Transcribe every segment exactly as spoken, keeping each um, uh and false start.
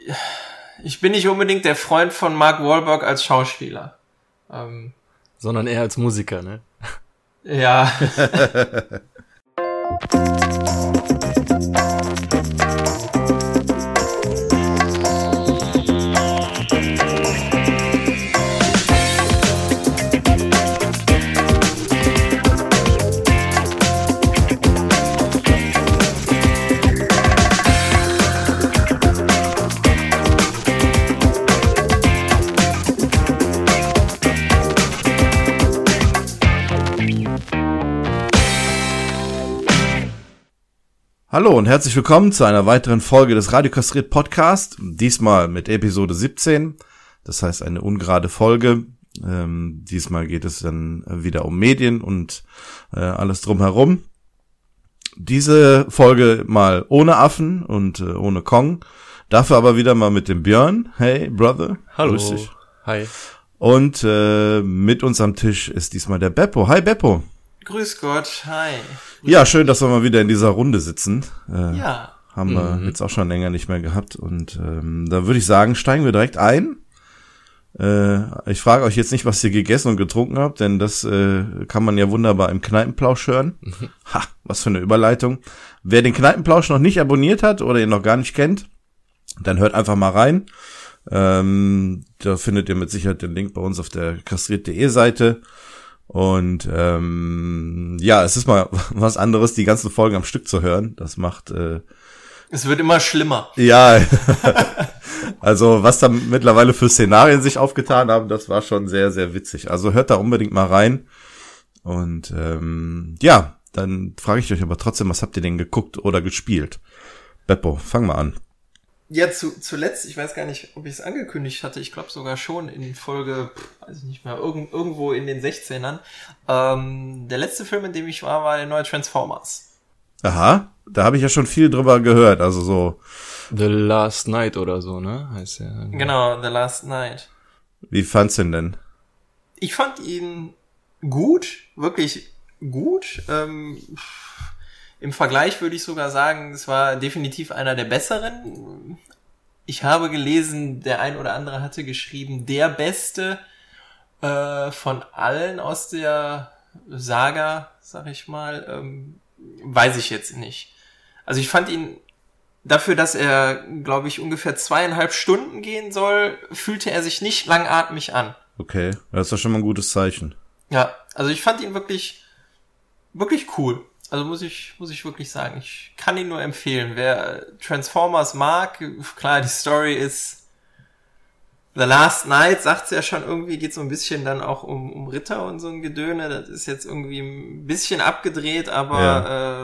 ich bin nicht unbedingt der Freund von Mark Wahlberg als Schauspieler. Ähm, Sondern eher als Musiker, ne? Ja. Hallo und herzlich willkommen zu einer weiteren Folge des Radio Kastriert Podcast, diesmal mit Episode siebzehn, das heißt eine ungerade Folge. Ähm, diesmal geht es dann wieder um Medien und äh, alles drumherum. Diese Folge mal ohne Affen und äh, ohne Kong, dafür aber wieder mal mit dem Björn. Hey, Brother. Hallo. Grüß dich. Hi. Und äh, mit uns am Tisch ist diesmal der Beppo. Hi, Beppo. Grüß Gott, hi. Ja, schön, dass wir mal wieder in dieser Runde sitzen. Äh, Ja. Haben wir Mhm. jetzt auch schon länger nicht mehr gehabt. Und ähm, da würde ich sagen, steigen wir direkt ein. Äh, ich frage euch jetzt nicht, was ihr gegessen und getrunken habt, denn das äh, kann man ja wunderbar im Kneipenplausch hören. Ha, was für eine Überleitung. Wer den Kneipenplausch noch nicht abonniert hat oder ihn noch gar nicht kennt, dann hört einfach mal rein. Ähm, da findet ihr mit Sicherheit den Link bei uns auf der kastriert punkt de Seite. Und ähm, ja, es ist mal was anderes, die ganzen Folgen am Stück zu hören. Das macht äh, Es wird immer schlimmer. ja, also was da mittlerweile für Szenarien sich aufgetan haben, das war schon sehr, sehr witzig. Also hört da unbedingt mal rein. Und ähm, ja, dann frage ich euch aber trotzdem, was habt ihr denn geguckt oder gespielt? Beppo, fang mal an. Ja, zu, zuletzt, ich weiß gar nicht, ob ich es angekündigt hatte, ich glaube sogar schon in Folge, pff, weiß ich nicht mehr, irgend, irgendwo in den sechzehnern. Ähm, der letzte Film, in dem ich war, war der neue Transformers. Aha, da habe ich ja schon viel drüber gehört, also so. The Last Night oder so, ne? Heißt ja. Genau, The Last Night. Wie fandst du ihn denn? Ich fand ihn gut, wirklich gut. Ähm, Im Vergleich würde ich sogar sagen, es war definitiv einer der besseren. Ich habe gelesen, der ein oder andere hatte geschrieben, der beste äh, von allen aus der Saga, sag ich mal, ähm, weiß ich jetzt nicht. Also ich fand ihn, dafür, dass er, glaube ich, ungefähr zweieinhalb Stunden gehen soll, fühlte er sich nicht langatmig an. Okay, das ist doch schon mal ein gutes Zeichen. Ja, also ich fand ihn wirklich, wirklich cool. Also muss ich, muss ich wirklich sagen, ich kann ihn nur empfehlen. Wer Transformers mag, klar, die Story ist The Last Night, sagt's ja schon irgendwie, geht so ein bisschen dann auch um, um Ritter und so ein Gedöne. Das ist jetzt irgendwie ein bisschen abgedreht, aber Ja. äh,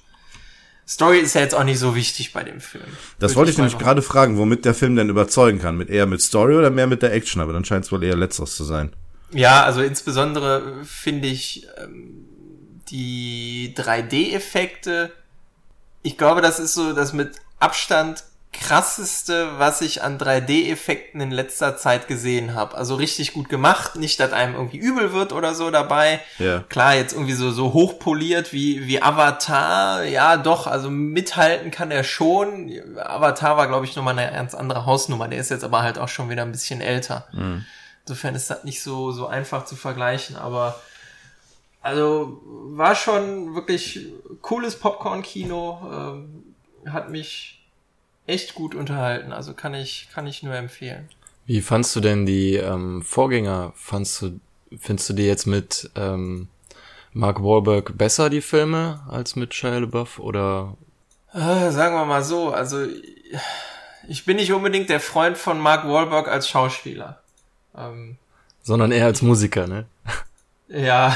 Story ist ja jetzt auch nicht so wichtig bei dem Film. Das Würde wollte ich mal nämlich noch- gerade fragen, womit der Film denn überzeugen kann. Mit eher mit Story oder mehr mit der Action? Aber dann scheint es wohl eher letzteres zu sein. Ja, also insbesondere finde ich ähm, die drei D-Effekte, ich glaube, das ist so das mit Abstand krasseste, was ich an drei D-Effekten in letzter Zeit gesehen habe. Also richtig gut gemacht, nicht, dass einem irgendwie übel wird oder so dabei. Ja. Klar, jetzt irgendwie so so hochpoliert wie wie Avatar, ja doch, also mithalten kann er schon. Avatar war, glaube ich, nochmal eine ganz andere Hausnummer. Der ist jetzt aber halt auch schon wieder ein bisschen älter. Mhm. Insofern ist das nicht so so einfach zu vergleichen, aber also war schon wirklich cooles Popcorn-Kino, ähm, hat mich echt gut unterhalten, also kann ich kann ich nur empfehlen. Wie fandst du denn die ähm, Vorgänger? Fandst du, findest du die jetzt mit ähm, Mark Wahlberg besser, die Filme, als mit Shia LaBeouf? Oder? Äh, sagen wir mal so, also ich bin nicht unbedingt der Freund von Mark Wahlberg als Schauspieler. Ähm, Sondern eher als Musiker, ne? ja,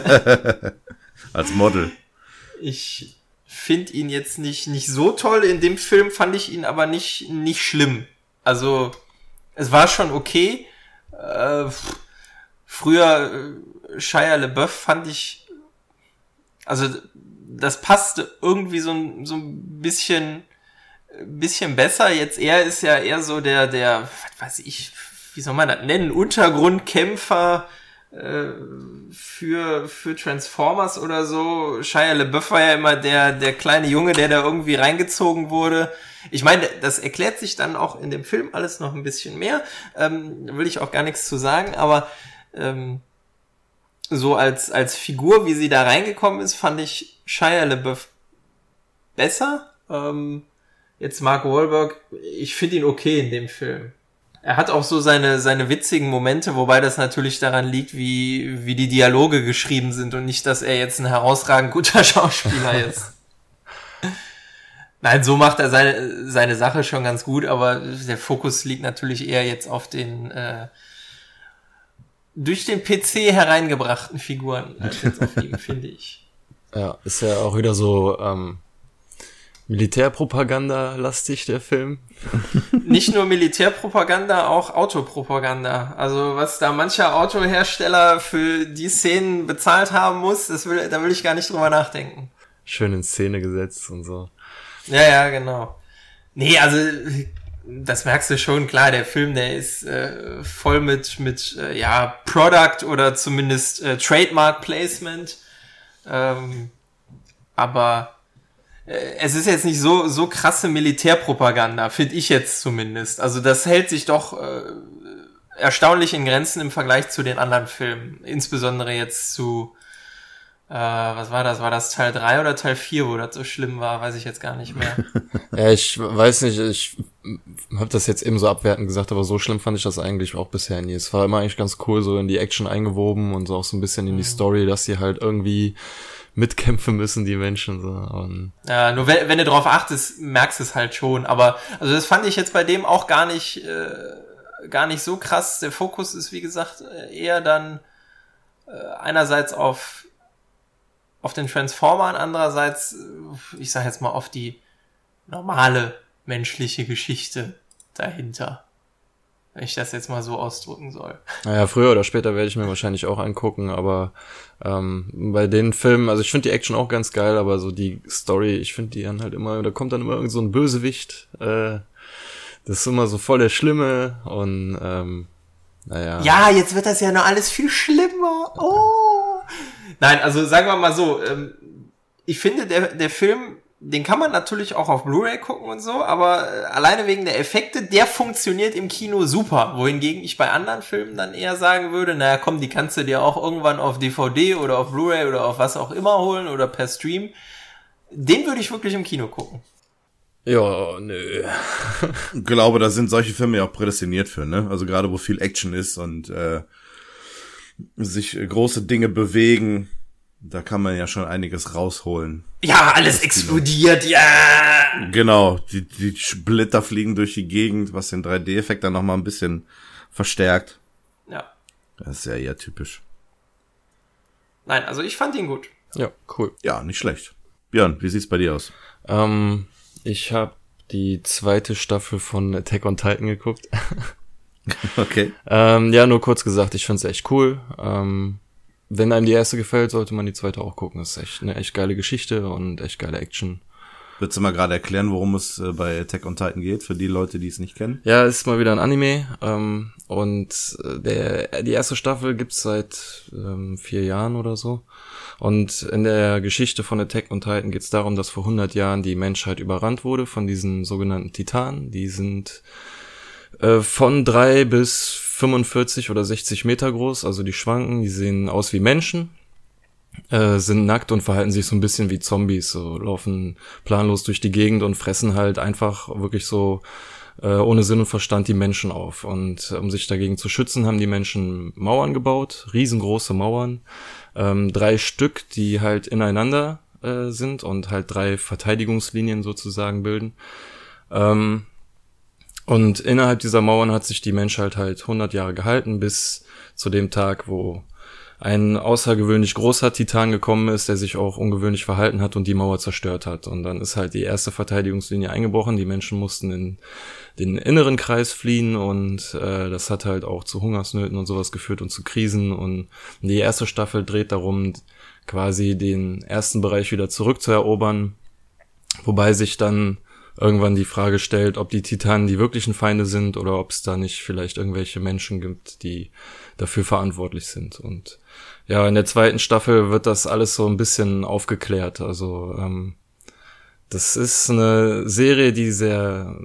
Als Model. ich finde ihn jetzt nicht nicht so toll. In dem Film fand ich ihn aber nicht nicht schlimm. Also es war schon okay. Äh, früher äh, Shia LaBeouf fand ich, also das passte irgendwie so ein so ein bisschen bisschen besser. Jetzt er ist ja eher so der der, was weiß ich, wie soll man das nennen, Untergrundkämpfer. äh, für für Transformers oder so. Shia LaBeouf war ja immer der der kleine Junge, der da irgendwie reingezogen wurde. Ich meine, das erklärt sich dann auch in dem Film alles noch ein bisschen mehr. Ähm, da will ich auch gar nichts zu sagen, aber ähm, so als als Figur, wie sie da reingekommen ist, fand ich Shia LaBeouf besser. Ähm, jetzt Mark Wahlberg, ich finde ihn okay in dem Film. Er hat auch so seine seine witzigen Momente, wobei das natürlich daran liegt, wie wie die Dialoge geschrieben sind und nicht, dass er jetzt ein herausragend guter Schauspieler ist. Nein, so macht er seine seine Sache schon ganz gut, aber der Fokus liegt natürlich eher jetzt auf den äh, durch den P C hereingebrachten Figuren als jetzt auf ihm, finde ich. Ja, ist ja auch wieder so ähm, Militärpropaganda-lastig, der Film. Nicht nur Militärpropaganda, auch Autopropaganda. Also was da mancher Autohersteller für die Szenen bezahlt haben muss, das will, da will ich gar nicht drüber nachdenken. Schön in Szene gesetzt und so. Ja, ja, genau. Nee, also das merkst du schon, klar, der Film, der ist äh, voll mit, mit äh, ja, Product oder zumindest äh, Trademark Placement. Ähm, aber es ist jetzt nicht so so krasse Militärpropaganda, finde ich jetzt zumindest. Also das hält sich doch äh, erstaunlich in Grenzen im Vergleich zu den anderen Filmen. Insbesondere jetzt zu, äh, was war das? War das Teil drei oder Teil vier, wo das so schlimm war? Weiß ich jetzt gar nicht mehr. Ja, ich weiß nicht, ich habe das jetzt eben so abwertend gesagt, aber so schlimm fand ich das eigentlich auch bisher nie. Es war immer eigentlich ganz cool, so in die Action eingewoben und so auch so ein bisschen in die Story, dass sie halt irgendwie mitkämpfen müssen, die Menschen. So. Und ja, nur wenn, wenn du drauf achtest, merkst du es halt schon. Aber also das fand ich jetzt bei dem auch gar nicht äh, gar nicht so krass. Der Fokus ist, wie gesagt, eher dann äh, einerseits auf auf den Transformern, andererseits, ich sag jetzt mal, auf die normale menschliche Geschichte dahinter. Wenn ich das jetzt mal so ausdrücken soll. Naja, früher oder später werde ich mir wahrscheinlich auch angucken, aber ähm, bei den Filmen, also ich finde die Action auch ganz geil, aber so die Story, ich finde die dann halt immer, da kommt dann immer irgend so ein Bösewicht, äh, das ist immer so voll der Schlimme und ähm, naja. Ja, jetzt wird das ja noch alles viel schlimmer. Oh! Nein, also sagen wir mal so, ähm, ich finde, der, der Film, den kann man natürlich auch auf Blu-ray gucken und so, aber äh, alleine wegen der Effekte, der funktioniert im Kino super. Wohingegen ich bei anderen Filmen dann eher sagen würde, naja komm, die kannst du dir auch irgendwann auf D V D oder auf Blu-ray oder auf was auch immer holen oder per Stream. Den würde ich wirklich im Kino gucken. Ja, nö. Ich glaube, da sind solche Filme ja auch prädestiniert für, ne? Also gerade wo viel Action ist und äh, sich äh, große Dinge bewegen, da kann man ja schon einiges rausholen. Ja, alles explodiert, ja! Genau, die, die Splitter fliegen durch die Gegend, was den drei D-Effekt dann nochmal ein bisschen verstärkt. Ja. Das ist ja eher typisch. Nein, also ich fand ihn gut. Ja, cool. Ja, nicht schlecht. Björn, wie sieht's bei dir aus? Ähm, ich habe die zweite Staffel von Attack on Titan geguckt. Okay. ähm, ja, nur kurz gesagt, ich find's echt cool. Ähm, wenn einem die erste gefällt, sollte man die zweite auch gucken. Das ist echt eine echt geile Geschichte und echt geile Action. Würdest du mal gerade erklären, worum es äh, bei Attack on Titan geht, für die Leute, die es nicht kennen? Ja, es ist mal wieder ein Anime. Ähm, und der die erste Staffel gibt's seit ähm, vier Jahren oder so. Und in der Geschichte von Attack on Titan geht's darum, dass vor hundert Jahren die Menschheit überrannt wurde von diesen sogenannten Titanen. Die sind äh, von drei bis fünfundvierzig oder sechzig Meter groß, also die schwanken, die sehen aus wie Menschen, äh, sind nackt und verhalten sich so ein bisschen wie Zombies, so laufen planlos durch die Gegend und fressen halt einfach wirklich so äh, ohne Sinn und Verstand die Menschen auf. Und um sich dagegen zu schützen, haben die Menschen Mauern gebaut, riesengroße Mauern, ähm, drei Stück, die halt ineinander äh, sind und halt drei Verteidigungslinien sozusagen bilden. Ähm, Und innerhalb dieser Mauern hat sich die Menschheit halt hundert Jahre gehalten, bis zu dem Tag, wo ein außergewöhnlich großer Titan gekommen ist, der sich auch ungewöhnlich verhalten hat und die Mauer zerstört hat. Und dann ist halt die erste Verteidigungslinie eingebrochen. Die Menschen mussten in den inneren Kreis fliehen und äh, das hat halt auch zu Hungersnöten und sowas geführt und zu Krisen. Und die erste Staffel dreht darum, quasi den ersten Bereich wieder zurückzuerobern, wobei sich dann irgendwann die Frage stellt, ob die Titanen die wirklichen Feinde sind oder ob es da nicht vielleicht irgendwelche Menschen gibt, die dafür verantwortlich sind. Und ja, in der zweiten Staffel wird das alles so ein bisschen aufgeklärt. Also ähm, das ist eine Serie, die sehr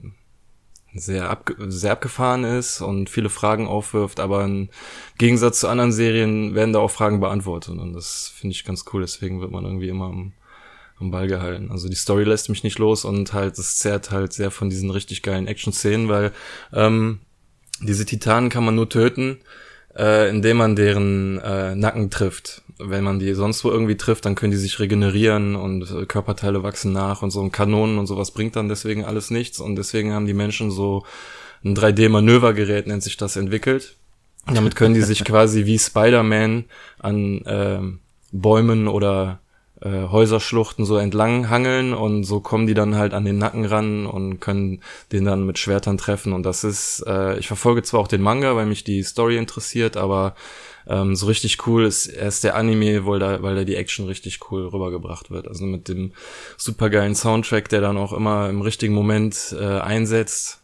sehr ab, sehr abgefahren ist und viele Fragen aufwirft, aber im Gegensatz zu anderen Serien werden da auch Fragen beantwortet und das finde ich ganz cool, deswegen wird man irgendwie immer am, am Ball gehalten. Also die Story lässt mich nicht los und halt, es zehrt halt sehr von diesen richtig geilen Action-Szenen, weil ähm, diese Titanen kann man nur töten, äh, indem man deren äh, Nacken trifft. Wenn man die sonst wo irgendwie trifft, dann können die sich regenerieren und äh, Körperteile wachsen nach und so, und Kanonen und sowas bringt dann deswegen alles nichts und deswegen haben die Menschen so ein drei D-Manövergerät, nennt sich das, entwickelt. Und damit können die sich quasi wie Spider-Man an äh, Bäumen oder äh, Häuserschluchten so entlang hangeln und so kommen die dann halt an den Nacken ran und können den dann mit Schwertern treffen und das ist, äh, ich verfolge zwar auch den Manga, weil mich die Story interessiert, aber Ähm, so richtig cool ist erst der Anime, weil da, weil da die Action richtig cool rübergebracht wird. Also mit dem supergeilen Soundtrack, der dann auch immer im richtigen Moment äh, einsetzt.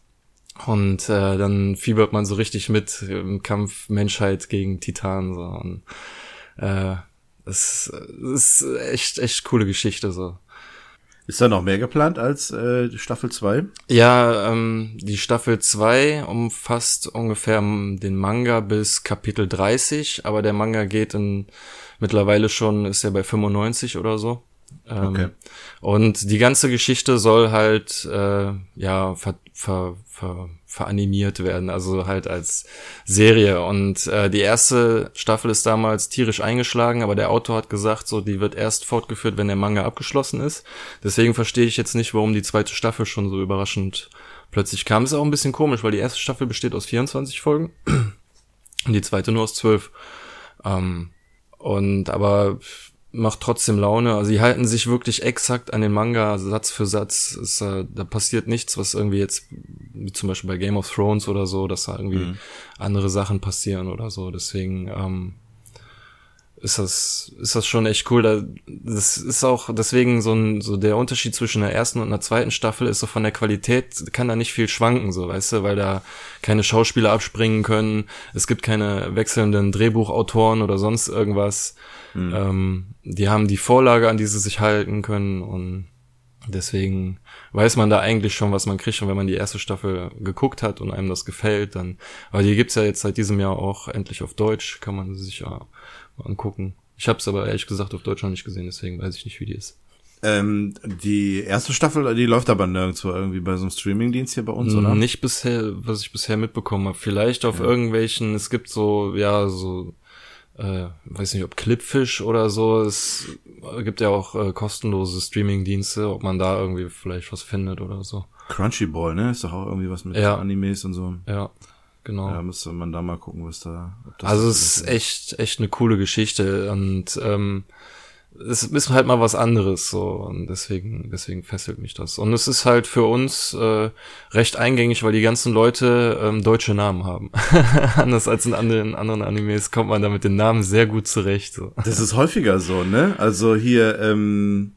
Und äh, dann fiebert man so richtig mit im Kampf Menschheit gegen Titan. So. Und äh, das, das ist echt, echt coole Geschichte so. Ist da noch mehr geplant als äh, Staffel zwei? Ja, ähm, die Staffel zwei umfasst ungefähr den Manga bis Kapitel dreißig, aber der Manga geht in mittlerweile schon, ist ja bei fünfundneunzig oder so. Ähm, okay. Und die ganze Geschichte soll halt äh, ja ver, ver, ver, veranimiert werden, also halt als Serie. Und äh, die erste Staffel ist damals tierisch eingeschlagen, aber der Autor hat gesagt, so die wird erst fortgeführt, wenn der Manga abgeschlossen ist. Deswegen verstehe ich jetzt nicht, warum die zweite Staffel schon so überraschend plötzlich kam. Ist auch ein bisschen komisch, weil die erste Staffel besteht aus vierundzwanzig Folgen und die zweite nur aus zwölf. Ähm, und aber macht trotzdem Laune. Also die halten sich wirklich exakt an den Manga, Satz für Satz. Ist, äh, da passiert nichts, was irgendwie jetzt, wie zum Beispiel bei Game of Thrones oder so, dass da irgendwie mhm. andere Sachen passieren oder so. Deswegen ähm, ist das ist das schon echt cool. Da, das ist auch deswegen so ein so der Unterschied zwischen der ersten und der zweiten Staffel ist so von der Qualität kann da nicht viel schwanken, so weißt du, weil da keine Schauspieler abspringen können. Es gibt keine wechselnden Drehbuchautoren oder sonst irgendwas. Mhm. Ähm, die haben die Vorlage, an die sie sich halten können und deswegen weiß man da eigentlich schon, was man kriegt und wenn man die erste Staffel geguckt hat und einem das gefällt, dann, aber die gibt's ja jetzt seit diesem Jahr auch endlich auf Deutsch, kann man sich ja angucken. Ich hab's aber ehrlich gesagt auf Deutsch noch nicht gesehen, deswegen weiß ich nicht, wie die ist. Ähm, die erste Staffel, die läuft aber nirgendwo irgendwie bei so einem Streamingdienst hier bei uns, oder? Nicht bisher, was ich bisher mitbekommen habe. Vielleicht auf ja. irgendwelchen, es gibt so, ja, so Äh, weiß nicht, ob Clipfish oder so, es gibt ja auch äh, kostenlose Streaming-Dienste, ob man da irgendwie vielleicht was findet oder so. Crunchyroll, ne? Ist doch auch irgendwie was mit ja. Animes und so. Ja, genau. Ja, müsste man da mal gucken, was da... Ob das also es ist echt, echt eine coole Geschichte und ähm, es ist halt mal was anderes so und deswegen deswegen fesselt mich das. Und es ist halt für uns äh, recht eingängig, weil die ganzen Leute ähm, deutsche Namen haben. Anders als in anderen anderen Animes kommt man da mit den Namen sehr gut zurecht. So. Das ist häufiger so, ne? Also hier ähm,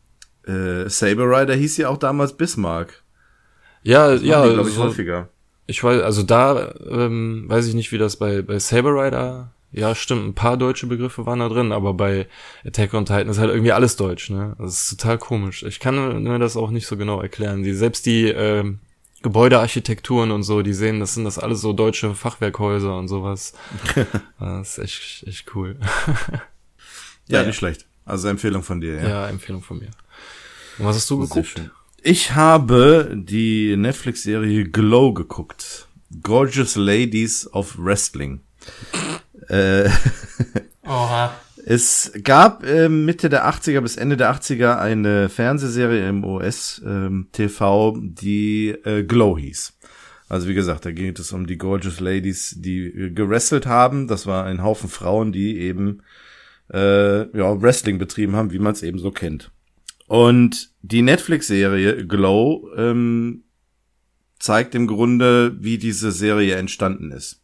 äh, Saber Rider hieß ja auch damals Bismarck. Ja, das ja, glaube ich so, häufiger. Ich weiß, also da ähm, weiß ich nicht, wie das bei bei Saber Rider. Ja, stimmt, ein paar deutsche Begriffe waren da drin, aber bei Attack on Titan ist halt irgendwie alles deutsch, ne? Das ist total komisch. Ich kann mir das auch nicht so genau erklären. Die, selbst die ähm, Gebäudearchitekturen und so, die sehen, das sind das alles so deutsche Fachwerkhäuser und sowas. Das ist echt, echt cool. Ja, ja, nicht schlecht. Also Empfehlung von dir, ja. Ja, Empfehlung von mir. Und was hast du geguckt? Ich habe die Netflix-Serie Glow geguckt. Gorgeous Ladies of Wrestling. Äh, Oha. Es gab äh, Mitte der achtziger bis Ende der achtziger eine Fernsehserie im U S-T V, ähm, die äh, Glow hieß. Also wie gesagt, da geht es um die Gorgeous Ladies, die äh, gewrestelt haben. Das war ein Haufen Frauen, die eben äh, ja Wrestling betrieben haben, wie man es eben so kennt. Und die Netflix-Serie Glow ähm, zeigt im Grunde, wie diese Serie entstanden ist.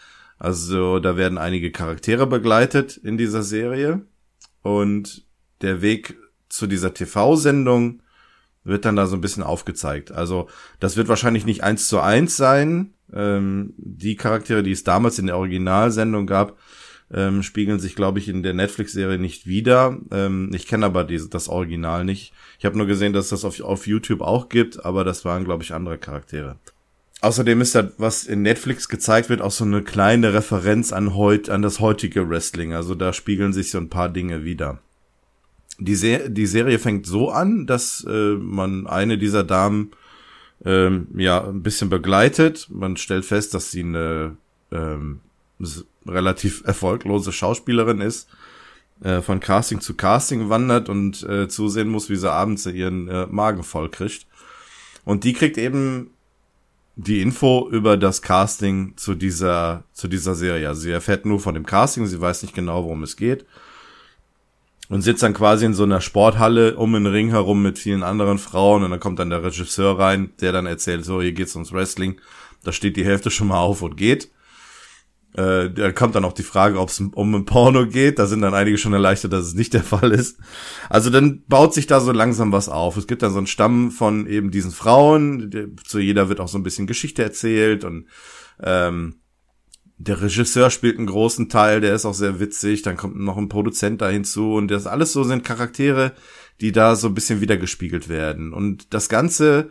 Also da werden einige Charaktere begleitet in dieser Serie und der Weg zu dieser T V-Sendung wird dann da so ein bisschen aufgezeigt. Also das wird wahrscheinlich nicht eins zu eins sein. Ähm, die Charaktere, die es damals in der Originalsendung gab, ähm, spiegeln sich, glaube ich, in der Netflix-Serie nicht wider. Ähm, ich kenne aber diese, das Original nicht. Ich habe nur gesehen, dass das auf, auf YouTube auch gibt, aber das waren, glaube ich, andere Charaktere. Außerdem ist da, was in Netflix gezeigt wird, auch so eine kleine Referenz an heut, an das heutige Wrestling. Also da spiegeln sich so ein paar Dinge wider. Die, Se- die Serie fängt so an, dass äh, man eine dieser Damen ähm, ja ein bisschen begleitet. Man stellt fest, dass sie eine ähm, relativ erfolglose Schauspielerin ist, äh, von Casting zu Casting wandert und äh, zusehen muss, wie sie abends ihren äh, Magen voll kriegt. Und die kriegt eben die Info über das Casting zu dieser zu dieser Serie. Also sie erfährt nur von dem Casting, sie weiß nicht genau, worum es geht. Und sitzt dann quasi in so einer Sporthalle um den Ring herum mit vielen anderen Frauen und dann kommt dann der Regisseur rein, der dann erzählt, so, hier geht's ums Wrestling. Da steht die Hälfte schon mal auf und geht. Äh, da kommt dann auch die Frage, ob es um ein Porno geht. Da sind dann einige schon erleichtert, dass es nicht der Fall ist. Also dann baut sich da so langsam was auf. Es gibt dann so einen Stamm von eben diesen Frauen. Der, zu jeder wird auch so ein bisschen Geschichte erzählt und ähm, der Regisseur spielt einen großen Teil, der ist auch sehr witzig. Dann kommt noch ein Produzent da hinzu und das alles so sind Charaktere, die da so ein bisschen wiedergespiegelt werden. Und das Ganze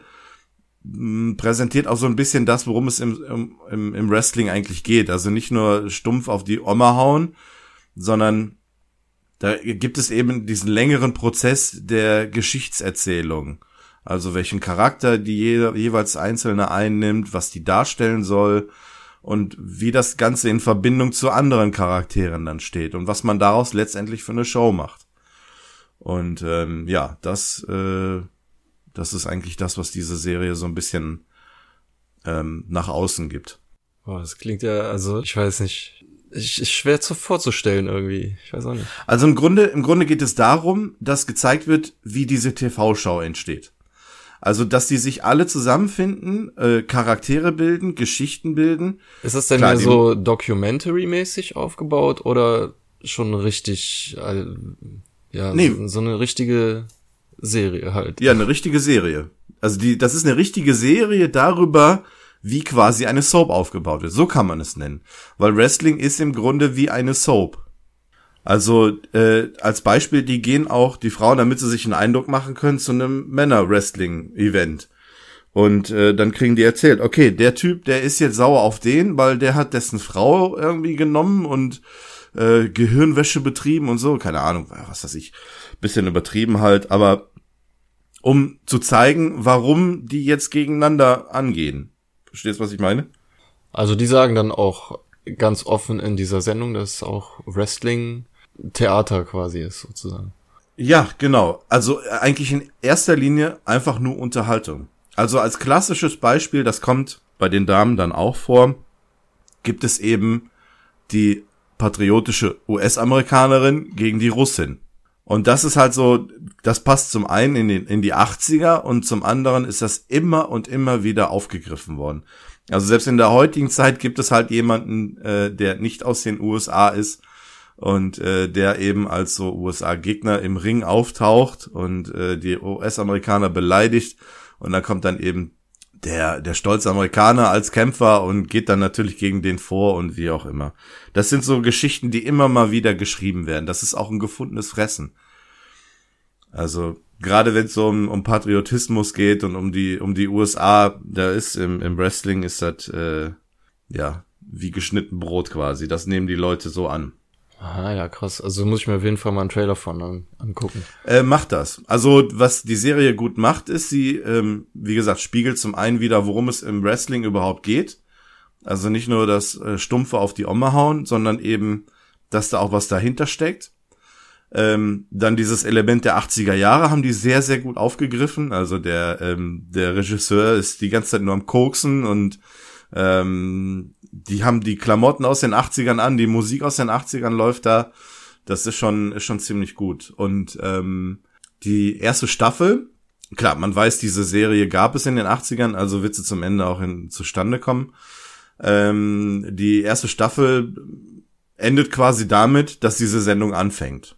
mh, präsentiert auch so ein bisschen das, worum es im, im, im Wrestling eigentlich geht. Also nicht nur stumpf auf die Oma hauen, sondern da gibt es eben diesen längeren Prozess der Geschichtserzählung. Also welchen Charakter die je, jeweils Einzelne einnimmt, was die darstellen soll und wie das Ganze in Verbindung zu anderen Charakteren dann steht und was man daraus letztendlich für eine Show macht. Und ähm, ja, das äh, das ist eigentlich das, was diese Serie so ein bisschen ähm, nach außen gibt. Boah, das klingt ja, also ich weiß nicht, ich, ist schwer zu vorzustellen irgendwie. Ich weiß auch nicht. Also im Grunde im Grunde geht es darum, dass gezeigt wird, wie diese T V-Show entsteht. Also, dass die sich alle zusammenfinden, äh, Charaktere bilden, Geschichten bilden. Ist das denn Klar, mehr so Documentary-mäßig aufgebaut oder schon richtig, äh, ja, Nee. so, so eine richtige Serie halt? Ja, eine richtige Serie. Also die, das ist eine richtige Serie darüber, wie quasi eine Soap aufgebaut wird. So kann man es nennen. Weil Wrestling ist im Grunde wie eine Soap. Also äh, als Beispiel, die gehen auch, die Frauen, damit sie sich einen Eindruck machen können, zu einem Männer-Wrestling-Event. Und äh, dann kriegen die erzählt, okay, der Typ, der ist jetzt sauer auf den, weil der hat dessen Frau irgendwie genommen und äh, Gehirnwäsche betrieben und so. Keine Ahnung, was weiß ich, bisschen übertrieben halt. Aber um zu zeigen, warum die jetzt gegeneinander angehen. Verstehst du, was ich meine? Also die sagen dann auch ganz offen in dieser Sendung, dass auch Wrestling Theater quasi ist, sozusagen. Ja, genau. Also äh, eigentlich in erster Linie einfach nur Unterhaltung. Also als klassisches Beispiel, das kommt bei den Damen dann auch vor, gibt es eben die patriotische U S-Amerikanerin gegen die Russin. Und das ist halt so, das passt zum einen in, den, in die achtziger und zum anderen ist das immer und immer wieder aufgegriffen worden. Also selbst in der heutigen Zeit gibt es halt jemanden, äh, der nicht aus den U S A ist und äh, der eben als so U S A-Gegner im Ring auftaucht und äh, die U S-Amerikaner beleidigt und dann kommt dann eben der der stolze Amerikaner als Kämpfer und geht dann natürlich gegen den vor und wie auch immer. Das sind so Geschichten, die immer mal wieder geschrieben werden. Das ist auch ein gefundenes Fressen. Also gerade wenn es so um, um Patriotismus geht und um die um die U S A, da ist im, im Wrestling ist das äh, ja wie geschnitten Brot quasi. Das nehmen die Leute so an. Ah ja, krass. Also muss ich mir auf jeden Fall mal einen Trailer von an, angucken. Äh, macht das. Also was die Serie gut macht, ist, sie, ähm, wie gesagt, spiegelt zum einen wieder, worum es im Wrestling überhaupt geht. Also nicht nur das äh, Stumpfe auf die Oma hauen, sondern eben, dass da auch was dahinter steckt. Ähm, dann dieses Element der achtziger Jahre haben die sehr, sehr gut aufgegriffen. Also der ähm, der Regisseur ist die ganze Zeit nur am Koksen und ähm, die haben die Klamotten aus den achtzigern an, die Musik aus den achtzigern läuft da. Das ist schon ist schon ziemlich gut. Und ähm, die erste Staffel, klar, man weiß, diese Serie gab es in den achtzigern, also wird sie zum Ende auch in, zustande kommen. Ähm, die erste Staffel endet quasi damit, dass diese Sendung anfängt.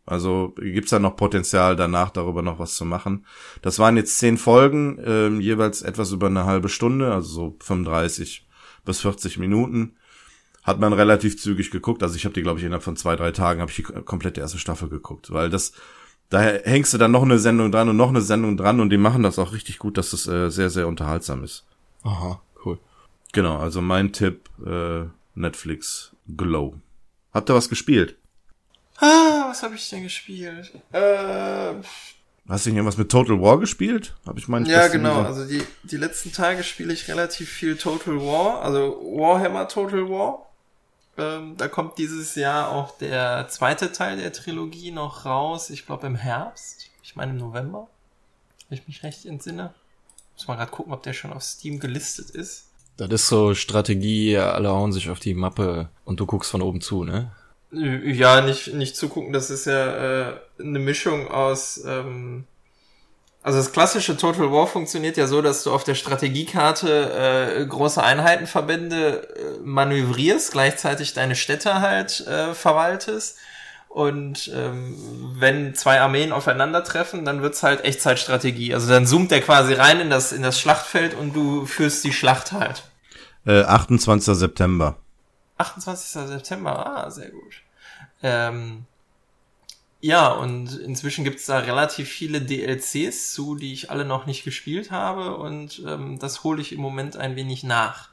Also gibt's da noch Potenzial, danach darüber noch was zu machen. Das waren jetzt zehn Folgen, ähm, jeweils etwas über eine halbe Stunde, also so fünfunddreißig bis vierzig Minuten. Hat man relativ zügig geguckt. Also ich habe die, glaube ich, innerhalb von zwei, drei Tagen habe ich die komplette erste Staffel geguckt. Weil das, da hängst du dann noch eine Sendung dran und noch eine Sendung dran und die machen das auch richtig gut, dass es äh, sehr, sehr unterhaltsam ist. Aha, cool. Genau, also mein Tipp, äh, Netflix Glow. Habt ihr was gespielt? Ah, was habe ich denn gespielt? Äh, Hast du nicht irgendwas mit Total War gespielt? Hab ich meinen ja, genau. Also die die letzten Tage spiele ich relativ viel Total War, also Warhammer Total War. Ähm, da kommt dieses Jahr auch der zweite Teil der Trilogie noch raus. Ich glaube im Herbst. Ich meine im November. Wenn ich mich recht entsinne. Muss mal gerade gucken, ob der schon auf Steam gelistet ist. Das ist so Strategie, alle hauen sich auf die Mappe und du guckst von oben zu, ne? Ja, nicht nicht zugucken, das ist ja äh, eine Mischung aus, ähm, also das klassische Total War funktioniert ja so, dass du auf der Strategiekarte äh, große Einheitenverbände äh, manövrierst, gleichzeitig deine Städte halt äh, verwaltest und ähm, wenn zwei Armeen aufeinandertreffen, dann wird's halt Echtzeitstrategie, also dann zoomt der quasi rein in das in das Schlachtfeld und du führst die Schlacht halt. Äh, achtundzwanzigster September. achtundzwanzigster September, ah, sehr gut. Ähm, ja, und inzwischen gibt's da relativ viele D L Cs zu, die ich alle noch nicht gespielt habe und ähm, das hole ich im Moment ein wenig nach.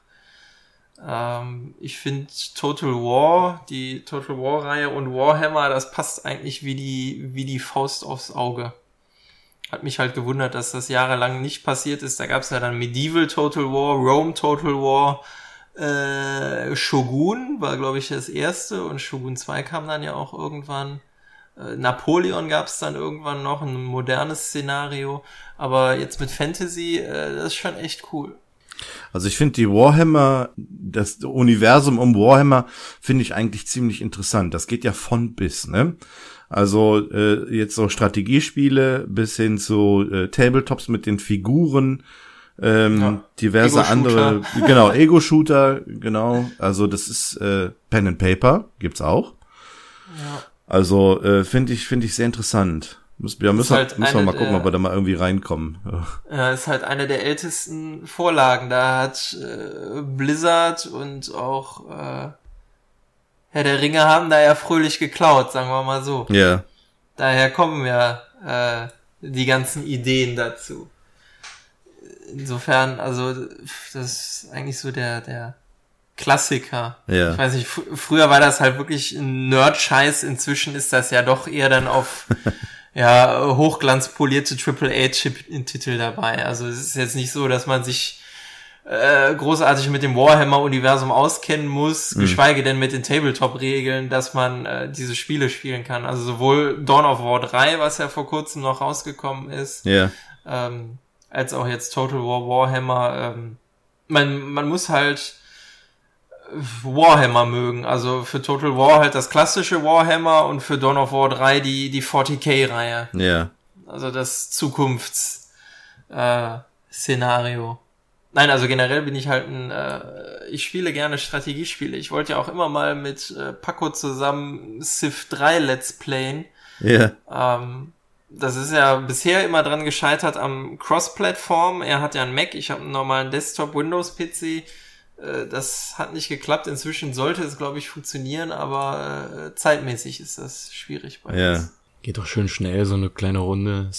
Ähm, ich finde Total War, die Total War-Reihe und Warhammer, das passt eigentlich wie die, wie die Faust aufs Auge. Hat mich halt gewundert, dass das jahrelang nicht passiert ist. Da gab's ja dann Medieval Total War, Rome Total War, Äh, Shogun war, glaube ich, das erste und Shogun zwei kam dann ja auch irgendwann. Äh, Napoleon gab es dann irgendwann noch, ein modernes Szenario. Aber jetzt mit Fantasy, äh, das ist schon echt cool. Also ich finde die Warhammer, das Universum um Warhammer finde ich eigentlich ziemlich interessant. Das geht ja von bis, ne? Also äh, jetzt so Strategiespiele bis hin zu äh, Tabletops mit den Figuren, Ähm, ja. diverse andere, genau, Ego-Shooter, genau, also das ist äh, Pen and Paper, gibt's auch. Ja. Also äh, finde ich finde ich sehr interessant. Müssen wir müssen, halt müssen wir mal gucken, der, ob wir da mal irgendwie reinkommen. Ja, ist halt eine der ältesten Vorlagen. Da hat äh, Blizzard und auch äh, Herr der Ringe haben da ja fröhlich geklaut, sagen wir mal so. Ja. Yeah. Daher kommen ja äh, die ganzen Ideen dazu. Insofern, also das ist eigentlich so der der Klassiker. Ja. Ich weiß nicht, fr- früher war das halt wirklich ein Nerd-Scheiß, inzwischen ist das ja doch eher dann auf ja hochglanzpolierte Triple A-Titel dabei. Also es ist jetzt nicht so, dass man sich äh, großartig mit dem Warhammer-Universum auskennen muss, mhm. geschweige denn mit den Tabletop-Regeln, dass man äh, diese Spiele spielen kann. Also sowohl Dawn of War drei, was ja vor kurzem noch rausgekommen ist, ja. ähm, als auch jetzt Total War Warhammer. Ähm, man, man muss halt Warhammer mögen. Also für Total War halt das klassische Warhammer und für Dawn of War drei die, die vierzig K-Reihe. Ja. Also das Zukunfts äh, Szenario. Nein, also generell bin ich halt ein, äh, ich spiele gerne Strategiespiele. Ich wollte ja auch immer mal mit äh, Paco zusammen Civ drei Let's Playen. Ja. Ähm, Das ist ja bisher immer dran gescheitert am Cross-Plattform. Er hat ja einen Mac, ich habe einen normalen Desktop-Windows-P C. Das hat nicht geklappt. Inzwischen sollte es, glaube ich, funktionieren, aber zeitmäßig ist das schwierig bei ja. uns. Geht doch schön schnell, so eine kleine Runde.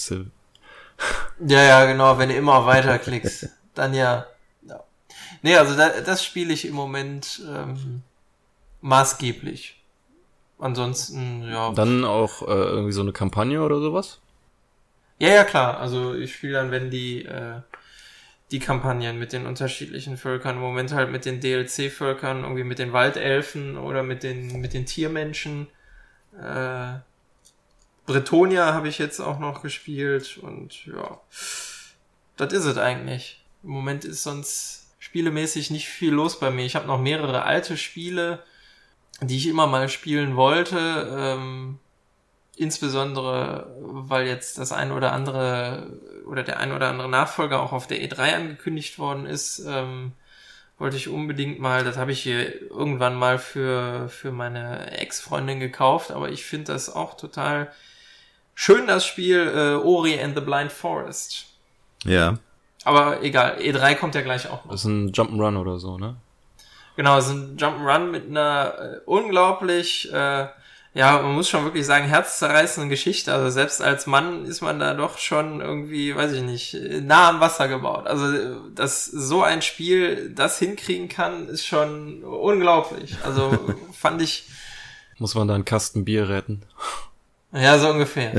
Ja, ja, genau. Wenn du immer weiterklickst, dann ja. ja. Nee, also da, das spiele ich im Moment ähm, maßgeblich. Ansonsten, ja. Dann auch äh, irgendwie so eine Kampagne oder sowas? Ja, ja, klar. Also ich spiele dann, wenn die äh, die Kampagnen mit den unterschiedlichen Völkern, im Moment halt mit den D L C-Völkern, irgendwie mit den Waldelfen oder mit den mit den Tiermenschen. Äh, Bretonia habe ich jetzt auch noch gespielt und ja, das ist es eigentlich. Im Moment ist sonst spielemäßig nicht viel los bei mir. Ich habe noch mehrere alte Spiele, die ich immer mal spielen wollte, ähm, insbesondere weil jetzt das ein oder andere oder der ein oder andere Nachfolger auch auf der E drei angekündigt worden ist, ähm, wollte ich unbedingt mal, das habe ich hier irgendwann mal für für meine Ex-Freundin gekauft, aber ich finde das auch total schön, das Spiel äh, Ori and the Blind Forest. Ja. Aber egal, E drei kommt ja gleich auch noch. Das ist ein Jump'n'Run oder so, ne? Genau, es ist ein Jump'n'Run mit einer äh, unglaublich, äh, ja, man muss schon wirklich sagen, herzzerreißenden Geschichte. Also selbst als Mann ist man da doch schon irgendwie, weiß ich nicht, nah am Wasser gebaut. Also, dass so ein Spiel das hinkriegen kann, ist schon unglaublich. Also fand ich... Muss man da einen Kasten Bier retten? Ja, so ungefähr.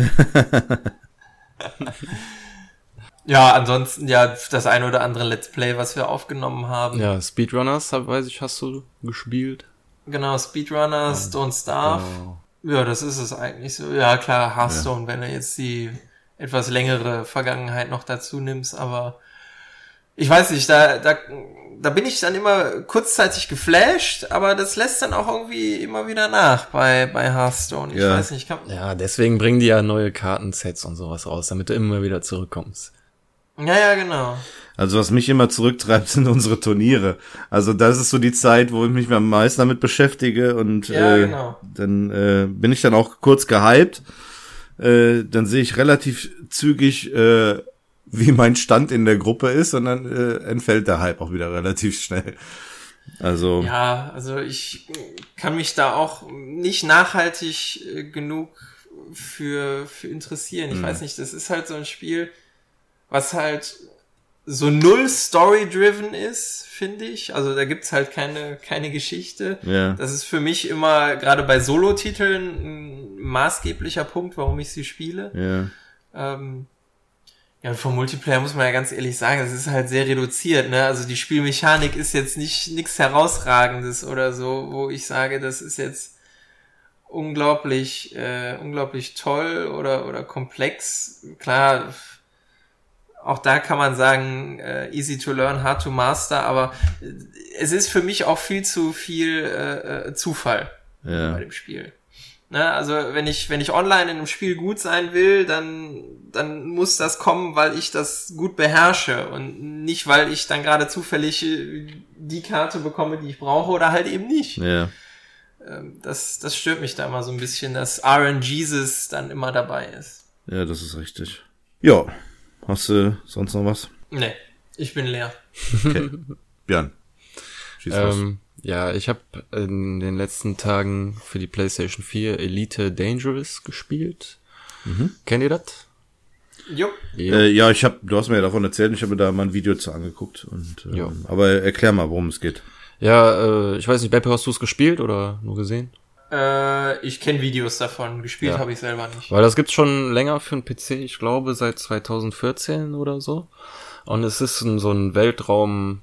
Ja, ansonsten ja das ein oder andere Let's Play, was wir aufgenommen haben. Ja, Speedrunners, weiß ich, hast du gespielt? Genau, Speedrunners, Ja. Don't Starve. Oh. Ja, das ist es eigentlich so. Ja, klar, Hearthstone, ja. Wenn du jetzt die etwas längere Vergangenheit noch dazu nimmst, aber ich weiß nicht, da, da, da bin ich dann immer kurzzeitig geflasht, aber das lässt dann auch irgendwie immer wieder nach bei, bei Hearthstone. Ich Ja. weiß nicht, ich kann... Ja, deswegen bringen die ja neue Kartensets und sowas raus, damit du immer wieder zurückkommst. Ja, ja, genau. Also was mich immer zurücktreibt, sind unsere Turniere. Also das ist so die Zeit, wo ich mich am meisten damit beschäftige und Ja, äh, genau. dann äh, bin ich dann auch kurz gehypt. Äh, dann sehe ich relativ zügig, äh, wie mein Stand in der Gruppe ist und dann äh, entfällt der Hype auch wieder relativ schnell. Also Ja, also ich kann mich da auch nicht nachhaltig äh, genug für, für interessieren. Ich Mhm. weiß nicht, das ist halt so ein Spiel, was halt so null story-driven ist, finde ich. Also da gibt's halt keine keine Geschichte. ja, Das ist für mich immer, gerade bei Solo-Titeln, ein maßgeblicher Punkt, warum ich sie spiele. ja, Ähm, ja, vom Multiplayer muss man ja ganz ehrlich sagen, es ist halt sehr reduziert, ne? Also die Spielmechanik ist jetzt nicht nichts Herausragendes oder so, wo ich sage, das ist jetzt unglaublich, äh, unglaublich toll oder oder komplex. Klar, auch da kann man sagen, äh, easy to learn, hard to master, aber äh, es ist für mich auch viel zu viel äh, äh, Zufall ja, bei dem Spiel. Ne, also wenn ich wenn ich online in einem Spiel gut sein will, dann dann muss das kommen, weil ich das gut beherrsche und nicht, weil ich dann gerade zufällig äh, die Karte bekomme, die ich brauche oder halt eben nicht. ja. Ähm, Das das stört mich da immer so ein bisschen, dass R N Jesus dann immer dabei ist. Ja, das ist richtig. Ja, hast du sonst noch was? Nee, ich bin leer. Okay. Björn, schieß los. Ähm, ja, ich habe in den letzten Tagen für die PlayStation vier Elite Dangerous gespielt. Mhm. Kennt ihr das? Jo. Äh, ja, ich habe, du hast mir ja davon erzählt, ich habe mir da mal ein Video zu angeguckt. Und, Ja. ähm, aber erklär mal, worum es geht. Ja, äh, ich weiß nicht, Beppe, hast du es gespielt oder nur gesehen? Äh, ich kenne Videos davon, gespielt Ja. habe ich selber nicht. Weil das gibt's schon länger für einen P C, ich glaube seit zwanzig vierzehn oder so. Und es ist ein, so ein Weltraum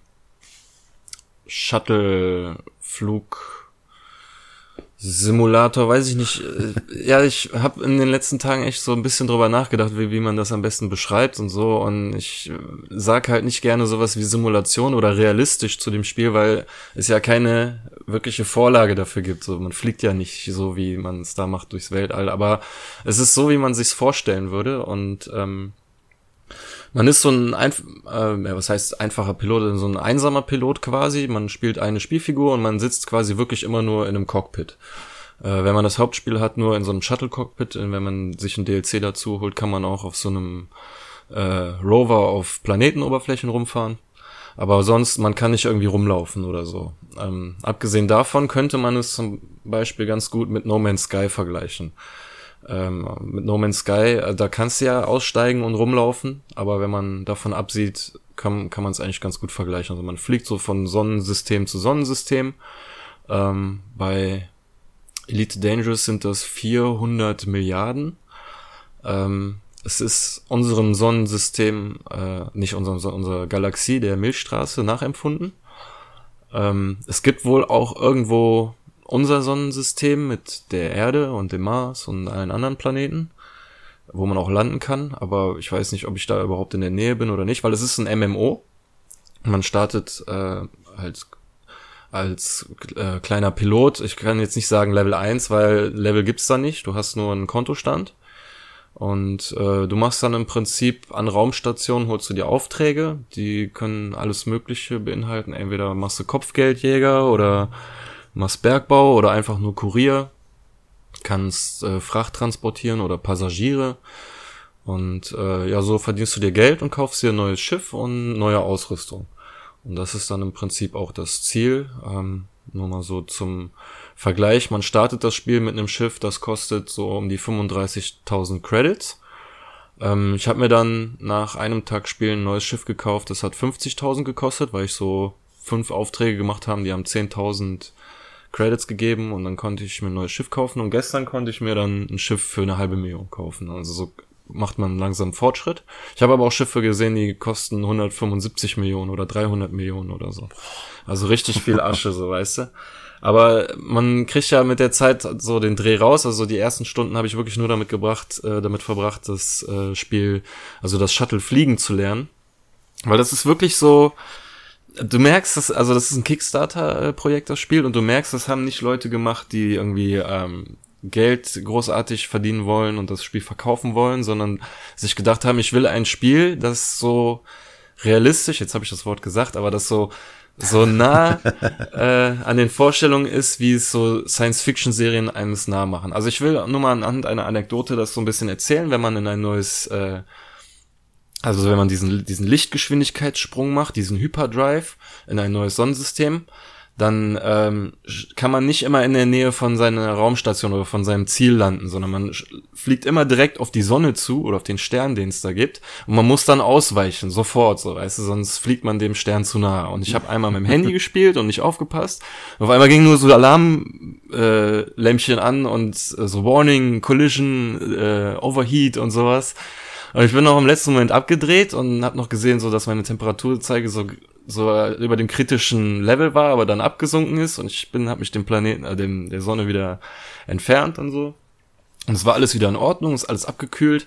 Shuttle-Flug Simulator, weiß ich nicht. Ja, ich habe in den letzten Tagen echt so ein bisschen drüber nachgedacht, wie, wie man das am besten beschreibt und so. Und ich sag halt nicht gerne sowas wie Simulation oder realistisch zu dem Spiel, weil es ja keine wirkliche Vorlage dafür gibt. So, man fliegt ja nicht so, wie man es da macht durchs Weltall. Aber es ist so, wie man sich's vorstellen würde. Und ähm, man ist so ein, Einf- äh, ja, was heißt einfacher Pilot, so ein einsamer Pilot quasi. Man spielt eine Spielfigur und man sitzt quasi wirklich immer nur in einem Cockpit. Äh, wenn man das Hauptspiel hat, nur in so einem Shuttle-Cockpit, und wenn man sich ein D L C dazu holt, kann man auch auf so einem äh, Rover auf Planetenoberflächen rumfahren. Aber sonst, man kann nicht irgendwie rumlaufen oder so. Ähm, abgesehen davon könnte man es zum Beispiel ganz gut mit No Man's Sky vergleichen. Ähm, mit No Man's Sky, äh, da kannst du ja aussteigen und rumlaufen, aber wenn man davon absieht, kann, kann man es eigentlich ganz gut vergleichen. Also man fliegt so von Sonnensystem zu Sonnensystem. Ähm, bei Elite Dangerous sind das vierhundert Milliarden. Ähm, es ist unserem Sonnensystem, äh, nicht unserem, unserer Galaxie, der Milchstraße, nachempfunden. Ähm, es gibt wohl auch irgendwo unser Sonnensystem mit der Erde und dem Mars und allen anderen Planeten, wo man auch landen kann, aber ich weiß nicht, ob ich da überhaupt in der Nähe bin oder nicht, weil es ist ein M M O. Man startet äh, halt als äh, kleiner Pilot. Ich kann jetzt nicht sagen Level eins, weil Level gibt's da nicht. Du hast nur einen Kontostand Und äh, du machst dann im Prinzip an Raumstationen, holst du dir Aufträge, die können alles Mögliche beinhalten. Entweder machst du Kopfgeldjäger oder machst Bergbau oder einfach nur Kurier, kannst äh, Fracht transportieren oder Passagiere. Und äh, ja, so verdienst du dir Geld und kaufst dir ein neues Schiff und neue Ausrüstung. Und das ist dann im Prinzip auch das Ziel. Ähm, nur mal so zum Vergleich, man startet das Spiel mit einem Schiff, das kostet so um die fünfunddreißigtausend Credits. Ähm, ich habe mir dann nach einem Tag Spielen ein neues Schiff gekauft, das hat fünfzigtausend gekostet, weil ich so fünf Aufträge gemacht habe, die haben zehntausend Credits gegeben und dann konnte ich mir ein neues Schiff kaufen. Und gestern konnte ich mir dann ein Schiff für eine halbe Million kaufen. Also so macht man langsam Fortschritt. Ich habe aber auch Schiffe gesehen, die kosten hundertfünfundsiebzig Millionen oder dreihundert Millionen oder so. Also richtig viel Asche, so weißt du. Aber man kriegt ja mit der Zeit so den Dreh raus. Also die ersten Stunden habe ich wirklich nur damit gebracht, äh, damit verbracht, das äh, Spiel, also das Shuttle fliegen zu lernen. Weil das ist wirklich so, du merkst, dass, also das ist ein Kickstarter-Projekt, das Spiel, und du merkst, das haben nicht Leute gemacht, die irgendwie ähm, Geld großartig verdienen wollen und das Spiel verkaufen wollen, sondern sich gedacht haben, ich will ein Spiel, das so realistisch, jetzt habe ich das Wort gesagt, aber das so so nah äh, an den Vorstellungen ist, wie es so Science-Fiction-Serien eines nah machen. Also ich will nur mal anhand einer Anekdote das so ein bisschen erzählen, wenn man in ein neues, äh, also wenn man diesen diesen Lichtgeschwindigkeitssprung macht, diesen Hyperdrive in ein neues Sonnensystem, dann ähm, kann man nicht immer in der Nähe von seiner Raumstation oder von seinem Ziel landen, sondern man fliegt immer direkt auf die Sonne zu oder auf den Stern, den es da gibt, und man muss dann ausweichen, sofort, so, weißt du, sonst fliegt man dem Stern zu nahe. Und ich habe einmal mit dem Handy gespielt und nicht aufgepasst. Auf einmal ging nur so Alarmlämpchen äh, Lämpchen an und äh, so Warning, Collision, äh, Overheat und sowas. Und ich bin noch im letzten Moment abgedreht und habe noch gesehen, so dass meine Temperaturzeige so so über dem kritischen Level war, aber dann abgesunken ist, und ich bin habe mich dem Planeten, äh, dem der Sonne wieder entfernt und so. Und es war alles wieder in Ordnung, ist alles abgekühlt,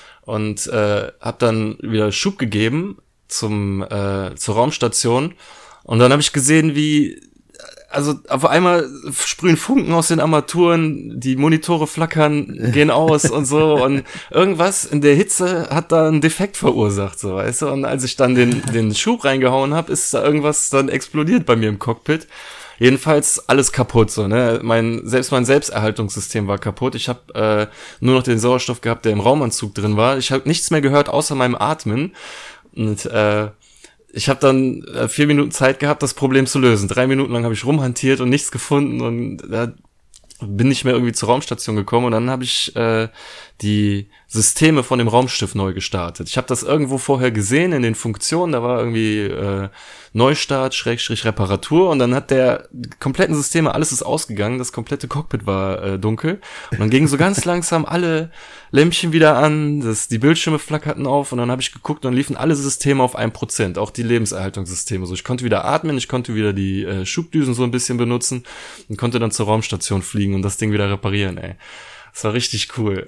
und äh, habe dann wieder Schub gegeben zum äh, zur Raumstation, und dann habe ich gesehen, wie also auf einmal sprühen Funken aus den Armaturen, die Monitore flackern, gehen aus und so, und irgendwas in der Hitze hat da einen Defekt verursacht, so, weißt du, und als ich dann den den Schub reingehauen habe, ist da irgendwas dann explodiert bei mir im Cockpit. Jedenfalls alles kaputt, so, ne, mein selbst mein Selbsterhaltungssystem war kaputt. Ich habe äh, nur noch den Sauerstoff gehabt, der im Raumanzug drin war. Ich habe nichts mehr gehört außer meinem Atmen, und äh ich habe dann äh, vier Minuten Zeit gehabt, das Problem zu lösen. Drei Minuten lang habe ich rumhantiert und nichts gefunden, und da äh, bin nicht mehr irgendwie zur Raumstation gekommen, und dann habe ich äh, die Systeme von dem Raumschiff neu gestartet. Ich habe das irgendwo vorher gesehen in den Funktionen, da war irgendwie äh, Neustart, Schrägstrich Reparatur, und dann hat der die kompletten Systeme, alles ist ausgegangen, das komplette Cockpit war äh, dunkel, und dann gingen so ganz langsam alle Lämpchen wieder an, das, die Bildschirme flackerten auf, und dann habe ich geguckt, und dann liefen alle Systeme auf ein Prozent, auch die Lebenserhaltungssysteme. So, ich konnte wieder atmen, ich konnte wieder die äh, Schubdüsen so ein bisschen benutzen und konnte dann zur Raumstation fliegen und das Ding wieder reparieren, ey. Das war richtig cool.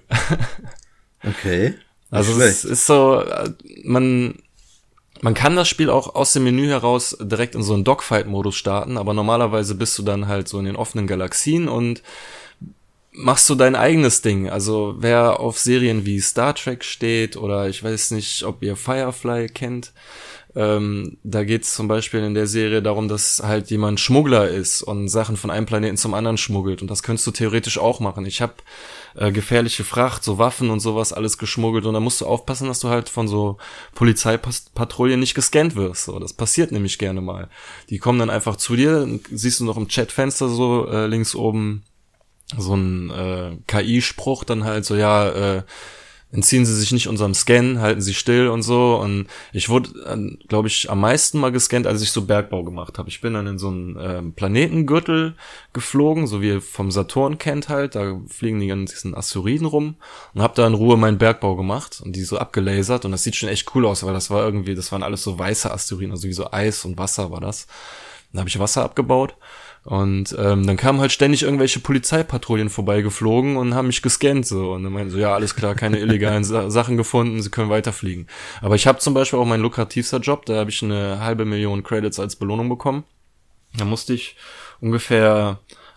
Okay. Also es ist so, man man kann das Spiel auch aus dem Menü heraus direkt in so einen Dogfight-Modus starten, aber normalerweise bist du dann halt so in den offenen Galaxien und machst du dein eigenes Ding. Also wer auf Serien wie Star Trek steht, oder ich weiß nicht, ob ihr Firefly kennt, ähm, da geht's zum Beispiel in der Serie darum, dass halt jemand Schmuggler ist und Sachen von einem Planeten zum anderen schmuggelt, und das könntest du theoretisch auch machen. Ich habe äh, gefährliche Fracht, so Waffen und sowas alles geschmuggelt, und da musst du aufpassen, dass du halt von so Polizeipatrouillen nicht gescannt wirst. So, das passiert nämlich gerne mal. Die kommen dann einfach zu dir, siehst du noch im Chatfenster so äh, links oben so ein äh, K I-Spruch dann halt so, ja, äh, entziehen Sie sich nicht unserem Scan, halten Sie still und so. Und ich wurde, äh, glaube ich, am meisten mal gescannt, als ich so Bergbau gemacht habe. Ich bin dann in so einen äh, Planetengürtel geflogen, so wie ihr vom Saturn kennt halt. Da fliegen die ganzen Asteroiden rum, und habe da in Ruhe meinen Bergbau gemacht und die so abgelasert. Und das sieht schon echt cool aus, weil das war irgendwie, das waren alles so weiße Asteroiden, also wie so Eis und Wasser war das. Dann habe ich Wasser abgebaut. Und ähm, dann kamen halt ständig irgendwelche Polizeipatrouillen vorbeigeflogen und haben mich gescannt, so, und dann meinten so, ja, alles klar, keine illegalen Sa- Sachen gefunden, sie können weiterfliegen. Aber ich habe zum Beispiel auch mein lukrativster Job, da habe ich eine halbe Million Credits als Belohnung bekommen. Da musste ich ungefähr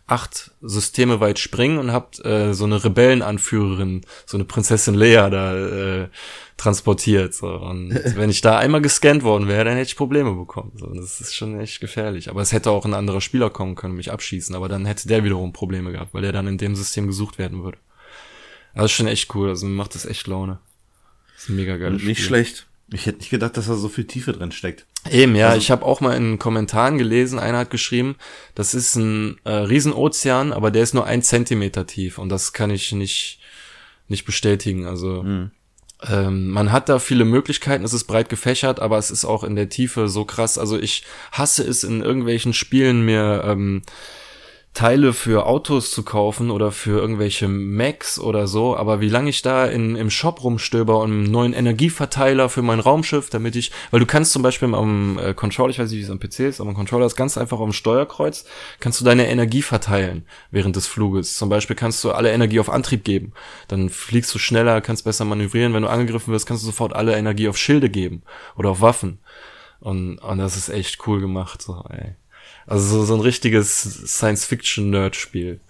acht Systeme weit springen und habt äh, so eine Rebellenanführerin, so eine Prinzessin Leia da äh, transportiert. So. Und wenn ich da einmal gescannt worden wäre, dann hätte ich Probleme bekommen. So. Das ist schon echt gefährlich. Aber es hätte auch ein anderer Spieler kommen können und mich abschießen. Aber dann hätte der wiederum Probleme gehabt, weil er dann in dem System gesucht werden würde. Das ist schon echt cool. Also mir macht das echt Laune. Das ist ein mega geiles Spiel. Nicht schlecht. Ich hätte nicht gedacht, dass da so viel Tiefe drin steckt. Eben, ja. Also, ich habe auch mal in den Kommentaren gelesen, einer hat geschrieben, das ist ein äh, Riesenozean, aber der ist nur ein Zentimeter tief. Und das kann ich nicht nicht bestätigen. Also mh. ähm, man hat da viele Möglichkeiten, es ist breit gefächert, aber es ist auch in der Tiefe so krass. Also ich hasse es in irgendwelchen Spielen, mir ähm, Teile für Autos zu kaufen oder für irgendwelche Macs oder so, aber wie lange ich da in, im Shop rumstöber und einen neuen Energieverteiler für mein Raumschiff, damit ich, weil du kannst zum Beispiel am äh, Controller, ich weiß nicht, wie es am P C ist, aber am Controller ist ganz einfach am Steuerkreuz, kannst du deine Energie verteilen während des Fluges. Zum Beispiel kannst du alle Energie auf Antrieb geben, dann fliegst du schneller, kannst besser manövrieren, wenn du angegriffen wirst, kannst du sofort alle Energie auf Schilde geben oder auf Waffen. Und, und das ist echt cool gemacht, so, ey. Also so, so ein richtiges Science-Fiction-Nerd-Spiel.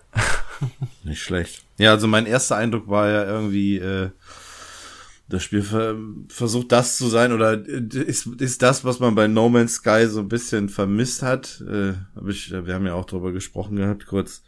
Nicht schlecht. Ja, also mein erster Eindruck war ja irgendwie, äh, das Spiel ver- versucht das zu sein oder ist, ist das, was man bei No Man's Sky so ein bisschen vermisst hat. Äh, hab ich, wir haben ja auch drüber gesprochen gehabt, kurz.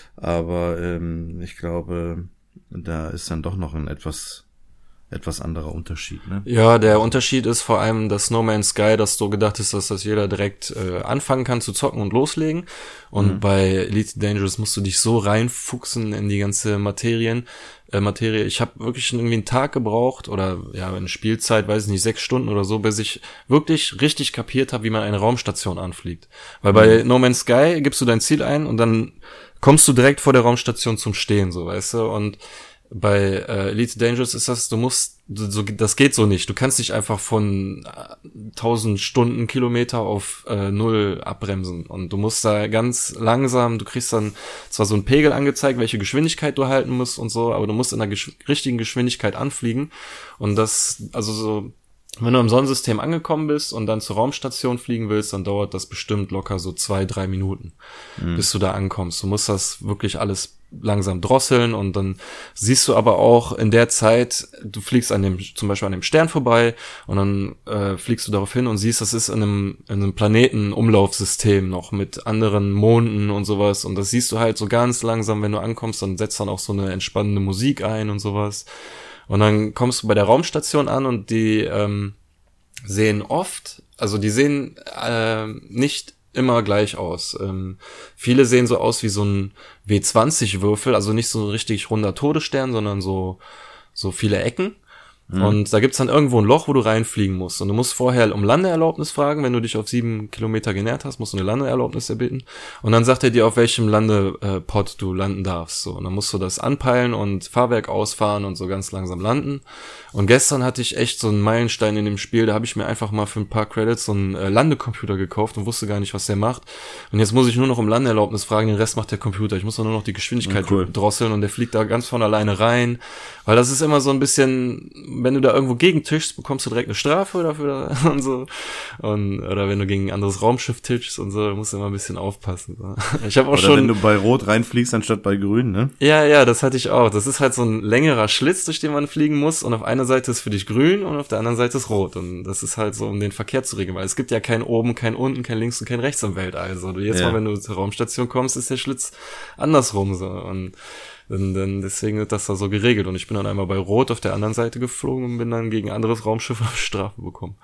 Aber ähm, ich glaube, da ist dann doch noch ein etwas etwas anderer Unterschied, ne? Ja, der Unterschied ist vor allem, dass No Man's Sky, dass so gedacht ist, dass das jeder direkt äh, anfangen kann zu zocken und loslegen. Und mhm. bei Elite Dangerous musst du dich so reinfuchsen in die ganze Materien, äh, Materie. Ich habe wirklich irgendwie einen Tag gebraucht oder ja, eine Spielzeit, weiß ich nicht, sechs Stunden oder so, bis ich wirklich richtig kapiert habe, wie man eine Raumstation anfliegt. Weil mhm. bei No Man's Sky gibst du dein Ziel ein und dann kommst du direkt vor der Raumstation zum Stehen, so, weißt du, und bei äh, Elite Dangerous ist das, du musst, du, so, das geht so nicht. Du kannst nicht einfach von tausend Stunden Kilometer auf äh, null abbremsen. Und du musst da ganz langsam, du kriegst dann zwar so einen Pegel angezeigt, welche Geschwindigkeit du halten musst und so, aber du musst in der gesch- richtigen Geschwindigkeit anfliegen. Und das, also so, wenn du im Sonnensystem angekommen bist und dann zur Raumstation fliegen willst, dann dauert das bestimmt locker so zwei, drei Minuten, mhm. bis du da ankommst. Du musst das wirklich alles langsam drosseln und dann siehst du aber auch in der Zeit, du fliegst an dem, zum Beispiel an dem Stern vorbei und dann äh, fliegst du darauf hin und siehst, das ist in einem, in einem Planetenumlaufsystem noch mit anderen Monden und sowas und das siehst du halt so ganz langsam, wenn du ankommst, dann setzt dann auch so eine entspannende Musik ein und sowas. Und dann kommst du bei der Raumstation an und die ähm, sehen oft, also die sehen äh, nicht immer gleich aus. Ähm, viele sehen so aus wie so ein W zwanzig Würfel, also nicht so ein richtig runder Todesstern, sondern so so viele Ecken. Mhm. Und da gibt's dann irgendwo ein Loch, wo du reinfliegen musst. Und du musst vorher um Landeerlaubnis fragen. Wenn du dich auf sieben Kilometer genähert hast, musst du eine Landeerlaubnis erbitten. Und dann sagt er dir, auf welchem Landepod du landen darfst. So, und dann musst du das anpeilen und Fahrwerk ausfahren und so ganz langsam landen. Und gestern hatte ich echt so einen Meilenstein in dem Spiel. Da habe ich mir einfach mal für ein paar Credits so einen äh, Landecomputer gekauft und wusste gar nicht, was der macht. Und jetzt muss ich nur noch um Landeerlaubnis fragen. Den Rest macht der Computer. Ich muss nur noch die Geschwindigkeit cool. drosseln und der fliegt da ganz von alleine rein. Weil das ist immer so ein bisschen, wenn du da irgendwo gegentischst, bekommst du direkt eine Strafe dafür und so. Und, oder wenn du gegen ein anderes Raumschiff tischst und so, musst du immer ein bisschen aufpassen. So. Ich habe auch oder schon. Wenn du bei Rot reinfliegst, anstatt bei Grün, ne? Ja, ja, das hatte ich auch. Das ist halt so ein längerer Schlitz, durch den man fliegen muss. Und auf einer Seite ist für dich grün und auf der anderen Seite ist rot. Und das ist halt so, um den Verkehr zu regeln. Weil es gibt ja kein oben, kein unten, kein links und kein rechts im Weltall. Also jedes ja. Mal, wenn du zur Raumstation kommst, ist der Schlitz andersrum so. Und Dann, dann deswegen wird das da so geregelt. Und ich bin dann einmal bei Rot auf der anderen Seite geflogen und bin dann gegen ein anderes Raumschiff auf Strafe bekommen.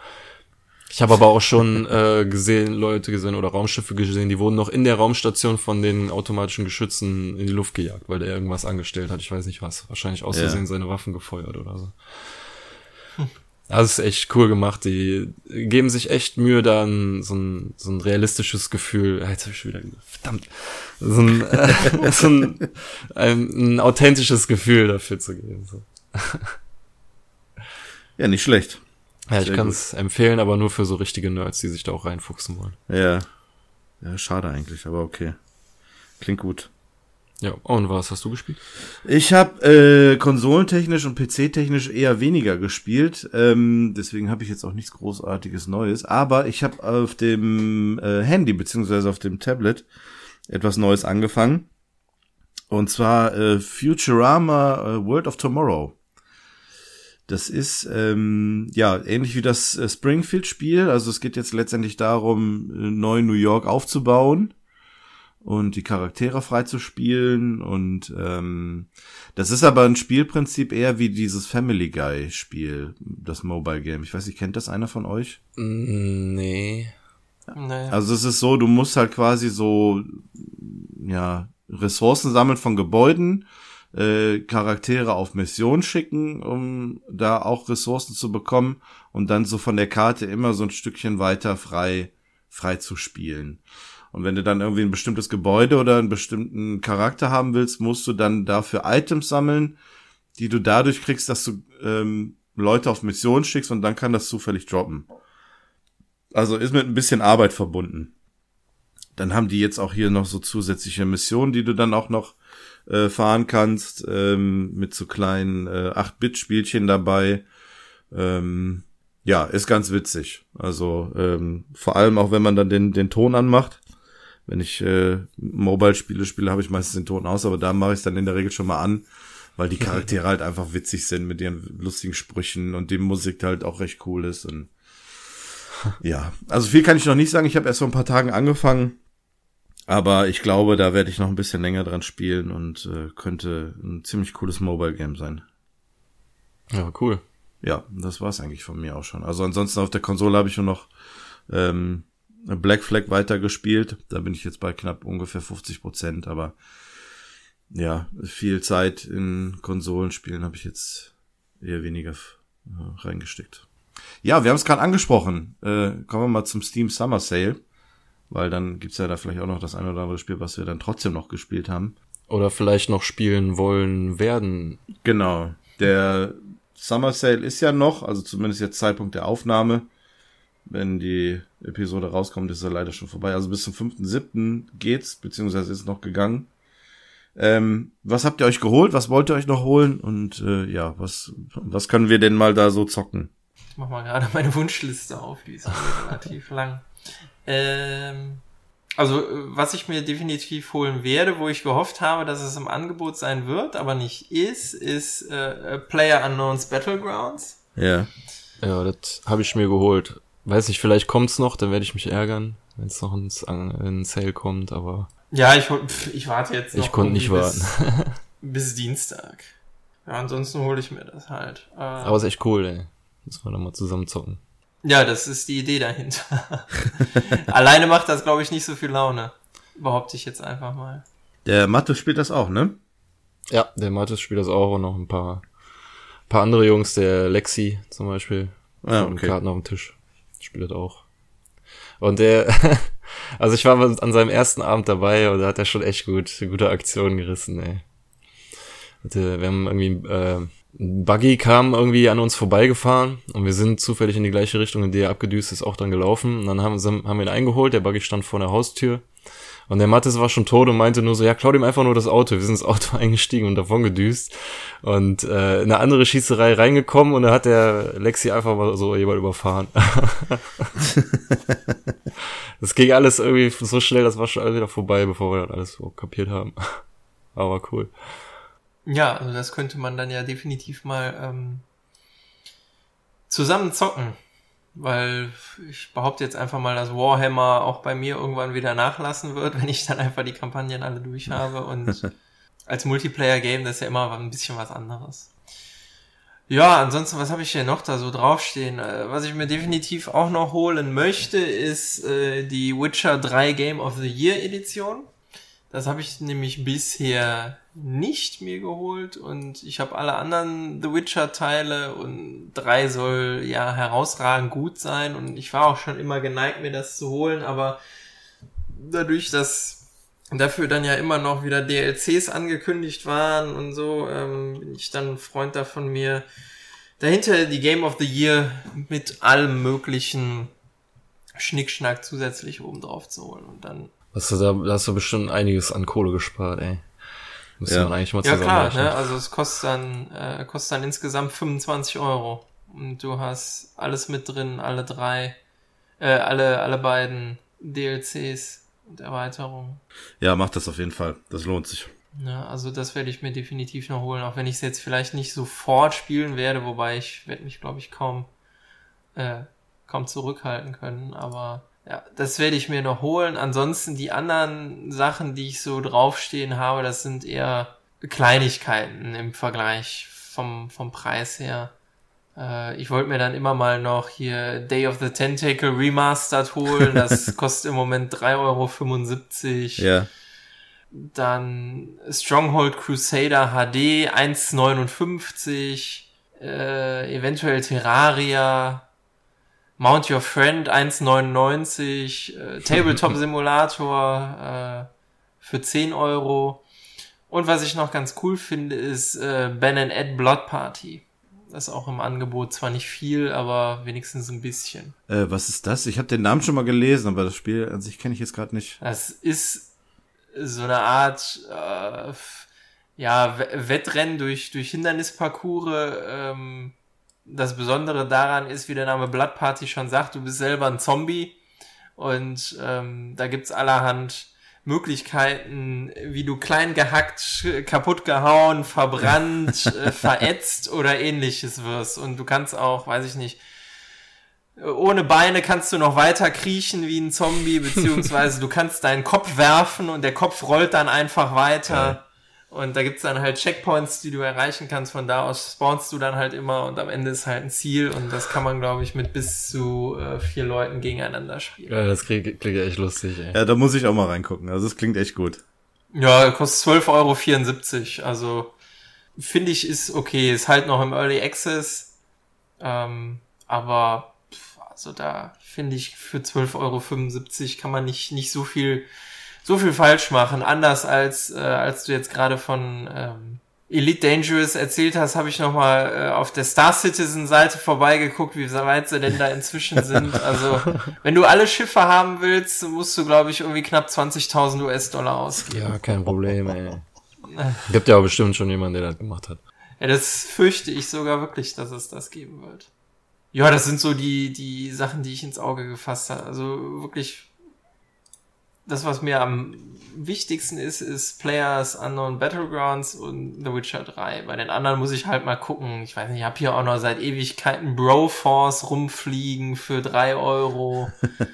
Ich habe aber auch schon äh, gesehen, Leute gesehen oder Raumschiffe gesehen, die wurden noch in der Raumstation von den automatischen Geschützen in die Luft gejagt, weil der irgendwas angestellt hat. Ich weiß nicht was. Wahrscheinlich aus Versehen ja. seine Waffen gefeuert oder so. Das ist echt cool gemacht. Die geben sich echt Mühe, da ein, so, ein, so ein realistisches Gefühl. Jetzt hab ich schon wieder verdammt. So ein, äh, so ein, ein, ein authentisches Gefühl dafür zu geben. So. Ja, nicht schlecht. Ja, ich kann es empfehlen, aber nur für so richtige Nerds, die sich da auch reinfuchsen wollen. Ja. Ja, schade eigentlich, aber okay. Klingt gut. Ja, und was hast du gespielt? Ich habe äh, konsolentechnisch und P C-technisch eher weniger gespielt, ähm, deswegen habe ich jetzt auch nichts Großartiges Neues, aber ich habe auf dem äh, Handy beziehungsweise auf dem Tablet etwas Neues angefangen. Und zwar äh, Futurama äh, World of Tomorrow. Das ist ähm, ja ähnlich wie das äh, Springfield-Spiel. Also es geht jetzt letztendlich darum, äh, neu New York aufzubauen und die Charaktere freizuspielen. Und ähm, das ist aber ein Spielprinzip eher wie dieses Family Guy-Spiel, das Mobile Game. Ich weiß nicht, kennt das einer von euch? Nee. Naja. Also es ist so, du musst halt quasi so ja Ressourcen sammeln von Gebäuden, äh, Charaktere auf Mission schicken, um da auch Ressourcen zu bekommen und dann so von der Karte immer so ein Stückchen weiter frei frei zu spielen. Und wenn du dann irgendwie ein bestimmtes Gebäude oder einen bestimmten Charakter haben willst, musst du dann dafür Items sammeln, die du dadurch kriegst, dass du ähm, Leute auf Mission schickst und dann kann das zufällig droppen. Also ist mit ein bisschen Arbeit verbunden. Dann haben die jetzt auch hier noch so zusätzliche Missionen, die du dann auch noch äh, fahren kannst, ähm, mit so kleinen äh, acht-Bit-Spielchen dabei. Ähm, ja, ist ganz witzig. Also ähm, vor allem auch, wenn man dann den den Ton anmacht. Wenn ich äh, Mobile-Spiele spiele, habe ich meistens den Ton aus, aber da mache ich es dann in der Regel schon mal an, weil die Charaktere halt einfach witzig sind mit ihren lustigen Sprüchen und die Musik halt auch recht cool ist. Und ja, also viel kann ich noch nicht sagen. Ich habe erst vor ein paar Tagen angefangen. Aber ich glaube, da werde ich noch ein bisschen länger dran spielen und äh, könnte ein ziemlich cooles Mobile-Game sein. Ja, cool. Ja, das war's eigentlich von mir auch schon. Also ansonsten auf der Konsole habe ich nur noch ähm, Black Flag weitergespielt. Da bin ich jetzt bei knapp ungefähr fünfzig Prozent. Aber ja, viel Zeit in Konsolenspielen habe ich jetzt eher weniger äh, reingesteckt. Ja, wir haben es gerade angesprochen. Äh, kommen wir mal zum Steam Summer Sale. Weil dann gibt's ja da vielleicht auch noch das eine oder andere Spiel, was wir dann trotzdem noch gespielt haben. Oder vielleicht noch spielen wollen werden. Genau. Der Summer Sale ist ja noch, also zumindest jetzt Zeitpunkt der Aufnahme. Wenn die Episode rauskommt, ist er leider schon vorbei. Also bis zum fünften siebten geht's, beziehungsweise ist noch gegangen. Ähm, was habt ihr euch geholt? Was wollt ihr euch noch holen? Und äh, ja, was was können wir denn mal da so zocken? Ich mach mal gerade meine Wunschliste auf, die ist relativ lang. Ähm, also, was ich mir definitiv holen werde, wo ich gehofft habe, dass es im Angebot sein wird, aber nicht ist, ist äh, PlayerUnknown's Battlegrounds. Ja. Ja, das habe ich mir geholt. Weiß nicht, vielleicht kommt's noch, dann werde ich mich ärgern, wenn es noch ins in Sale kommt, aber... Ja, ich, ich warte jetzt noch. Ich konnte nicht bis, warten. bis Dienstag. Ja, ansonsten hole ich mir das halt. Äh, aber ist echt cool, ey. Müssen wir da mal zusammen zocken. Ja, das ist die Idee dahinter. Alleine macht das, glaube ich, nicht so viel Laune. Behaupte ich jetzt einfach mal. Der Mathe spielt das auch, ne? Ja, der Mathis spielt das auch und noch ein paar paar andere Jungs, der Lexi zum Beispiel. Ah, mit okay. Karten auf dem Tisch. Spielt das auch. Und der, also ich war an seinem ersten Abend dabei und da hat er schon echt gut, gute Aktionen gerissen, ey. Wir haben irgendwie, äh, ein Buggy kam irgendwie an uns vorbeigefahren und wir sind zufällig in die gleiche Richtung, in die er abgedüst ist, auch dann gelaufen. Und dann haben, haben wir ihn eingeholt, der Buggy stand vor der Haustür. Und der Mathis war schon tot und meinte nur so, ja, klau ihm einfach nur das Auto. Wir sind ins Auto eingestiegen und davon gedüst. Und äh, in eine andere Schießerei reingekommen und da hat der Lexi einfach mal so jemand überfahren. Das ging alles irgendwie so schnell, das war schon alles wieder vorbei, bevor wir das alles so kapiert haben. Aber cool. Ja, also das könnte man dann ja definitiv mal ähm, zusammen zocken. Weil ich behaupte jetzt einfach mal, dass Warhammer auch bei mir irgendwann wieder nachlassen wird, wenn ich dann einfach die Kampagnen alle durch habe. Und als Multiplayer-Game, das ist ja immer ein bisschen was anderes. Ja, ansonsten, was habe ich hier noch da so draufstehen? Was ich mir definitiv auch noch holen möchte, ist äh, die Witcher drei Game of the Year Edition. Das habe ich nämlich bisher nicht mir geholt und ich habe alle anderen The Witcher Teile und drei soll ja herausragend gut sein und ich war auch schon immer geneigt, mir das zu holen, aber dadurch, dass dafür dann ja immer noch wieder D L Cs angekündigt waren und so, ähm, bin ich dann ein Freund davon, mir dahinter die Game of the Year mit allem möglichen Schnickschnack zusätzlich oben drauf zu holen und dann Hast du da, da hast du bestimmt einiges an Kohle gespart, ey. Müsste Ja. man eigentlich mal ja zusammen klar, rechnen. ne? Also es kostet dann äh, kostet dann insgesamt fünfundzwanzig Euro und du hast alles mit drin, alle drei, äh, alle alle beiden D L Cs und Erweiterungen. Ja, macht das auf jeden Fall. Das lohnt sich. Ja, also das werde ich mir definitiv noch holen, auch wenn ich es jetzt vielleicht nicht sofort spielen werde, wobei ich werde mich, glaube ich, kaum äh, kaum zurückhalten können, aber ja, das werde ich mir noch holen. Ansonsten die anderen Sachen, die ich so draufstehen habe, das sind eher Kleinigkeiten im Vergleich vom vom Preis her. Äh, ich wollte mir dann immer mal noch hier Day of the Tentacle Remastered holen, das kostet im Moment drei Euro fünfundsiebzig. Ja. Dann Stronghold Crusader H D eins neunundfünfzig, äh, eventuell Terraria, Mount Your Friend eins neunundneunzig, äh, Tabletop Simulator äh, für zehn Euro. Und was ich noch ganz cool finde, ist äh, Ben and Ed Blood Party. Das ist auch im Angebot, zwar nicht viel, aber wenigstens ein bisschen. Äh, was ist das? Ich habe den Namen schon mal gelesen, aber das Spiel an sich kenne ich jetzt gerade nicht. Das ist so eine Art äh, ja Wettrennen durch durch Hindernisparcours. Ähm, das Besondere daran ist, wie der Name Blood Party schon sagt, du bist selber ein Zombie und ähm, da gibt's allerhand Möglichkeiten, wie du klein gehackt, kaputt gehauen, verbrannt, äh, verätzt oder ähnliches wirst. Und du kannst auch, weiß ich nicht, ohne Beine kannst du noch weiter kriechen wie ein Zombie, beziehungsweise du kannst deinen Kopf werfen und der Kopf rollt dann einfach weiter. Ja. Und da gibt's dann halt Checkpoints, die du erreichen kannst. Von da aus spawnst du dann halt immer und am Ende ist halt ein Ziel. Und das kann man, glaube ich, mit bis zu äh, vier Leuten gegeneinander spielen. Ja, das klingt, klingt echt lustig, ey. Ja, da muss ich auch mal reingucken. Also das klingt echt gut. Ja, kostet zwölf Euro vierundsiebzig. Also finde ich, ist okay. Ist halt noch im Early Access. Ähm, aber also da finde ich, für zwölf Euro fünfundsiebzig kann man nicht nicht so viel so viel falsch machen. Anders als äh, als du jetzt gerade von ähm, Elite Dangerous erzählt hast, habe ich nochmal äh, auf der Star Citizen Seite vorbeigeguckt, wie weit sie denn da inzwischen sind. Also wenn du alle Schiffe haben willst, musst du, glaube ich, irgendwie knapp zwanzigtausend U S-Dollar ausgeben. Ja, kein Problem, ey. Gibt ja auch bestimmt schon jemanden, der das gemacht hat. Ja, das fürchte ich sogar wirklich, dass es das geben wird. Ja, das sind so die die Sachen, die ich ins Auge gefasst habe. Also wirklich, das, was mir am wichtigsten ist, ist Players Unknown Battlegrounds und The Witcher drei. Bei den anderen muss ich halt mal gucken. Ich weiß nicht, ich habe hier auch noch seit Ewigkeiten Broforce rumfliegen für drei Euro.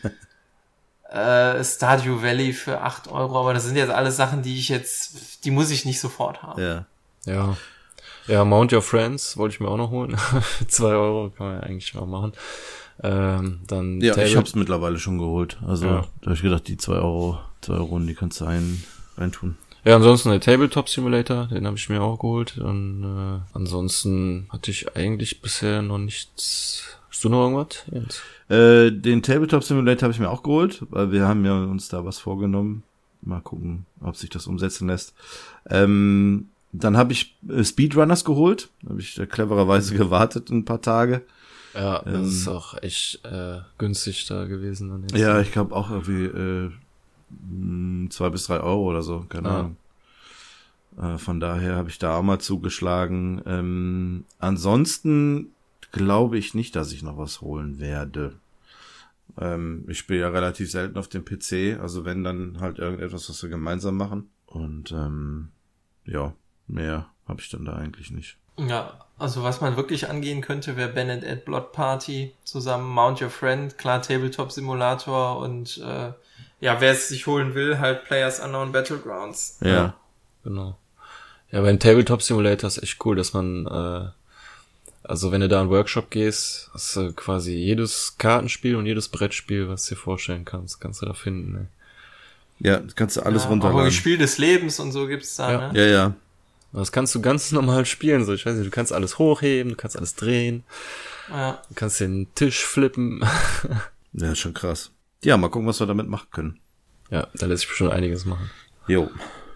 äh, Stardew Valley für acht Euro. Aber das sind jetzt alles Sachen, die ich jetzt, die muss ich nicht sofort haben. Ja. Ja. Ja, Mount Your Friends wollte ich mir auch noch holen. Zwei Euro kann man ja eigentlich mal machen. Ähm, dann ja, Table- ich hab's mittlerweile schon geholt. Also Ja. da habe ich gedacht, die zwei Euro, zwei Euro, die kannst du ein, reintun. Ja, ansonsten der Tabletop Simulator, den habe ich mir auch geholt. Und äh, ansonsten hatte ich eigentlich bisher noch nichts. Hast du noch irgendwas, Jens? Äh, den Tabletop Simulator habe ich mir auch geholt, weil wir haben ja uns da was vorgenommen. Mal gucken, ob sich das umsetzen lässt. Ähm, dann habe ich äh, Speedrunners geholt. Da habe ich da clevererweise gewartet ein paar Tage. Ja, das Ähm, ist auch echt äh, günstig da gewesen. An den Ja, ich glaube auch irgendwie äh, mh, zwei bis drei Euro oder so, keine Ah. Ahnung. Äh, von daher habe ich da auch mal zugeschlagen. Ähm, ansonsten glaube ich nicht, dass ich noch was holen werde. Ähm, ich spiele ja relativ selten auf dem P C, also wenn, dann halt irgendetwas, was wir gemeinsam machen. Und ähm, ja, mehr habe ich dann da eigentlich nicht. Ja, also was man wirklich angehen könnte, wäre Ben and Ed Blood Party, zusammen Mount Your Friend, klar Tabletop Simulator und äh, ja, wer es sich holen will, halt Players Unknown Battlegrounds. Ja. Genau. Ja, beim Tabletop Simulator ist echt cool, dass man, äh, also wenn du da in einen Workshop gehst, hast du quasi jedes Kartenspiel und jedes Brettspiel, was du dir vorstellen kannst, kannst du da finden. Ne? Ja, das kannst du alles ja, runterladen. Auch Spiel des Lebens und so gibt's da, Ja. ne? Ja, ja. Das kannst du ganz normal spielen, so ich weiß nicht, du kannst alles hochheben, du kannst alles drehen, Ja. du kannst den Tisch flippen. Ja, ist schon krass. Ja, mal gucken, was wir damit machen können. Ja, da lässt sich schon einiges machen. Jo.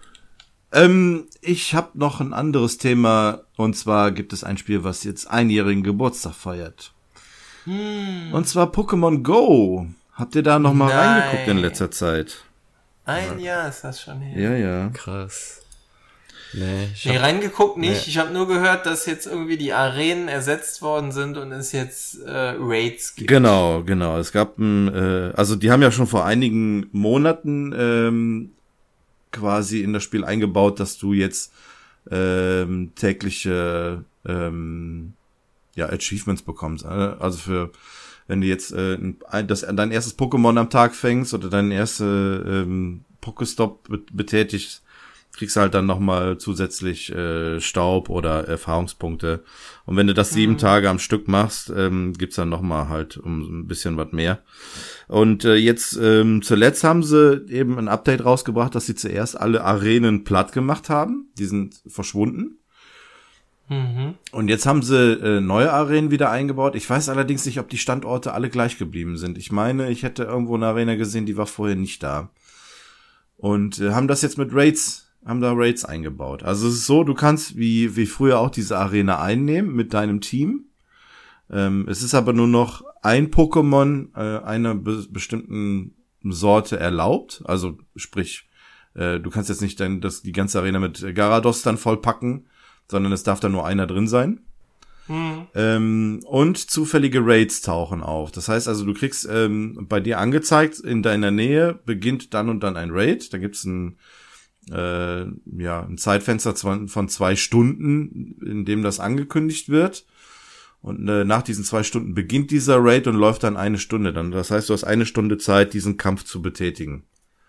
Ähm, ich habe noch ein anderes Thema, und zwar gibt es ein Spiel, was jetzt einjährigen Geburtstag feiert. Hm. Und zwar Pokémon Go. Habt ihr da noch mal Nein. reingeguckt in letzter Zeit? Ein Jahr ist das schon her. Ja, ja. Krass. Nee, ich Nee, hab, reingeguckt nicht. Nee. Ich habe nur gehört, dass jetzt irgendwie die Arenen ersetzt worden sind und es jetzt äh, Raids gibt. Genau, genau. Es gab ein, äh, also die haben ja schon vor einigen Monaten ähm, quasi in das Spiel eingebaut, dass du jetzt ähm, tägliche ähm, ja, Achievements bekommst. Also für, wenn du jetzt äh, ein, das, dein erstes Pokémon am Tag fängst oder deinen ersten ähm, Pokestop betätigst, kriegst du halt dann nochmal zusätzlich äh, Staub oder Erfahrungspunkte. Und wenn du das sieben mhm. Tage am Stück machst, ähm, gibt's dann nochmal halt um ein bisschen was mehr. Und äh, jetzt ähm, zuletzt haben sie eben ein Update rausgebracht, dass sie zuerst alle Arenen platt gemacht haben. Die sind verschwunden. Mhm. Und jetzt haben sie äh, neue Arenen wieder eingebaut. Ich weiß allerdings nicht, ob die Standorte alle gleich geblieben sind. Ich meine, ich hätte irgendwo eine Arena gesehen, die war vorher nicht da. Und äh, haben das jetzt mit Raids, haben da Raids eingebaut. Also es ist so, du kannst wie wie früher auch diese Arena einnehmen mit deinem Team. Ähm, es ist aber nur noch ein Pokémon äh, einer be- bestimmten Sorte erlaubt. Also sprich, äh, du kannst jetzt nicht dein, das, die ganze Arena mit Gyarados dann vollpacken, sondern es darf da nur einer drin sein. Mhm. Ähm, und zufällige Raids tauchen auf. Das heißt also, du kriegst ähm, bei dir angezeigt, in deiner Nähe beginnt dann und dann ein Raid. Da gibt's ein, äh, ja, ein Zeitfenster von zwei Stunden, in dem das angekündigt wird. Und äh, nach diesen zwei Stunden beginnt dieser Raid und läuft dann eine Stunde. Dann, das heißt, du hast eine Stunde Zeit, diesen Kampf zu betätigen.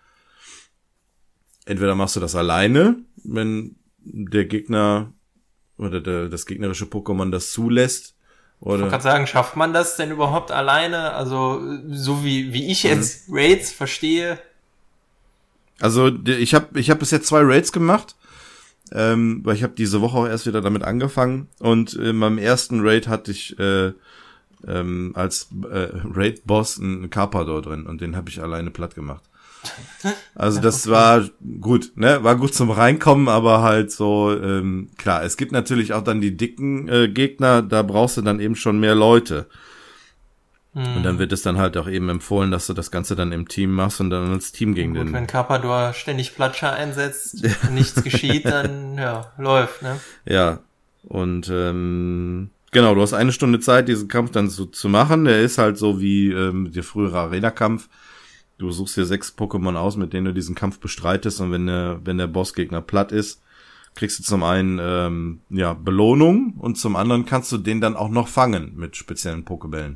Entweder machst du das alleine, wenn der Gegner oder der, das gegnerische Pokémon das zulässt. Oder Ich wollte gerade sagen, schafft man das denn überhaupt alleine? Also so wie wie ich jetzt mhm. Raids verstehe. Also ich habe ich hab bis jetzt zwei Raids gemacht, ähm, weil ich habe diese Woche auch erst wieder damit angefangen. Und in meinem ersten Raid hatte ich äh, ähm, als äh, Raid-Boss einen Carpador drin und den habe ich alleine platt gemacht. Also das war gut, ne, war gut zum Reinkommen, aber halt so, ähm, klar, es gibt natürlich auch dann die dicken äh, Gegner, da brauchst du dann eben schon mehr Leute. Hm. Und dann wird es dann halt auch eben empfohlen, dass du das Ganze dann im Team machst und dann als Team gegen gut, den... Wenn Carpador ständig Platscher einsetzt und nichts geschieht, dann, ja, läuft, ne? Ja, und ähm, genau, du hast eine Stunde Zeit, diesen Kampf dann so zu machen. Der ist halt so wie ähm, der frühere Arena-Kampf. Du suchst dir sechs Pokémon aus, mit denen du diesen Kampf bestreitest, und wenn der, wenn der Bossgegner platt ist, kriegst du zum einen ähm, ja Belohnung und zum anderen kannst du den dann auch noch fangen mit speziellen Pokébällen.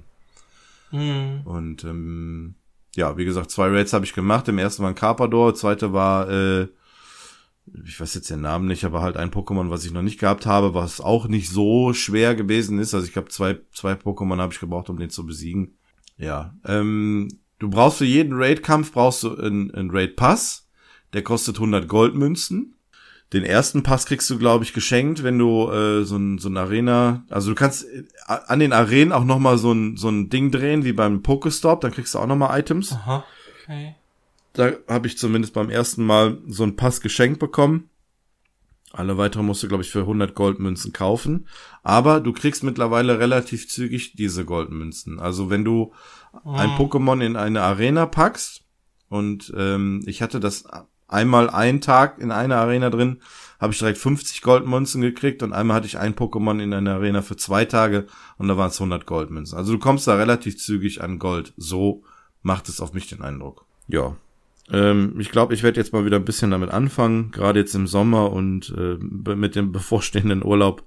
Mhm. Und ähm, ja, wie gesagt, zwei Raids habe ich gemacht. Im ersten war ein Carpador, zweite war, äh, ich weiß jetzt den Namen nicht, aber halt ein Pokémon, was ich noch nicht gehabt habe, was auch nicht so schwer gewesen ist. Also ich glaube, zwei, zwei Pokémon habe ich gebraucht, um den zu besiegen. Ja, ähm, du brauchst für jeden Raid-Kampf brauchst du einen, einen Raid-Pass. Der kostet hundert Goldmünzen. Den ersten Pass kriegst du, glaube ich, geschenkt, wenn du äh, so ein so ein Arena, also du kannst äh, an den Arenen auch nochmal so ein so ein Ding drehen, wie beim Pokestop, dann kriegst du auch nochmal Items. Aha, okay. Da habe ich zumindest beim ersten Mal so einen Pass geschenkt bekommen. Alle weiteren musst du, glaube ich, für hundert Goldmünzen kaufen. Aber du kriegst mittlerweile relativ zügig diese Goldmünzen. Also wenn du oh. ein Pokémon in eine Arena packst, und ähm, ich hatte das einmal einen Tag in einer Arena drin, habe ich direkt fünfzig Goldmünzen gekriegt, und einmal hatte ich ein Pokémon in einer Arena für zwei Tage und da waren es hundert Goldmünzen. Also du kommst da relativ zügig an Gold. So macht es auf mich den Eindruck. Ja. Ähm, ich glaube, ich werde jetzt mal wieder ein bisschen damit anfangen, gerade jetzt im Sommer und äh, mit dem bevorstehenden Urlaub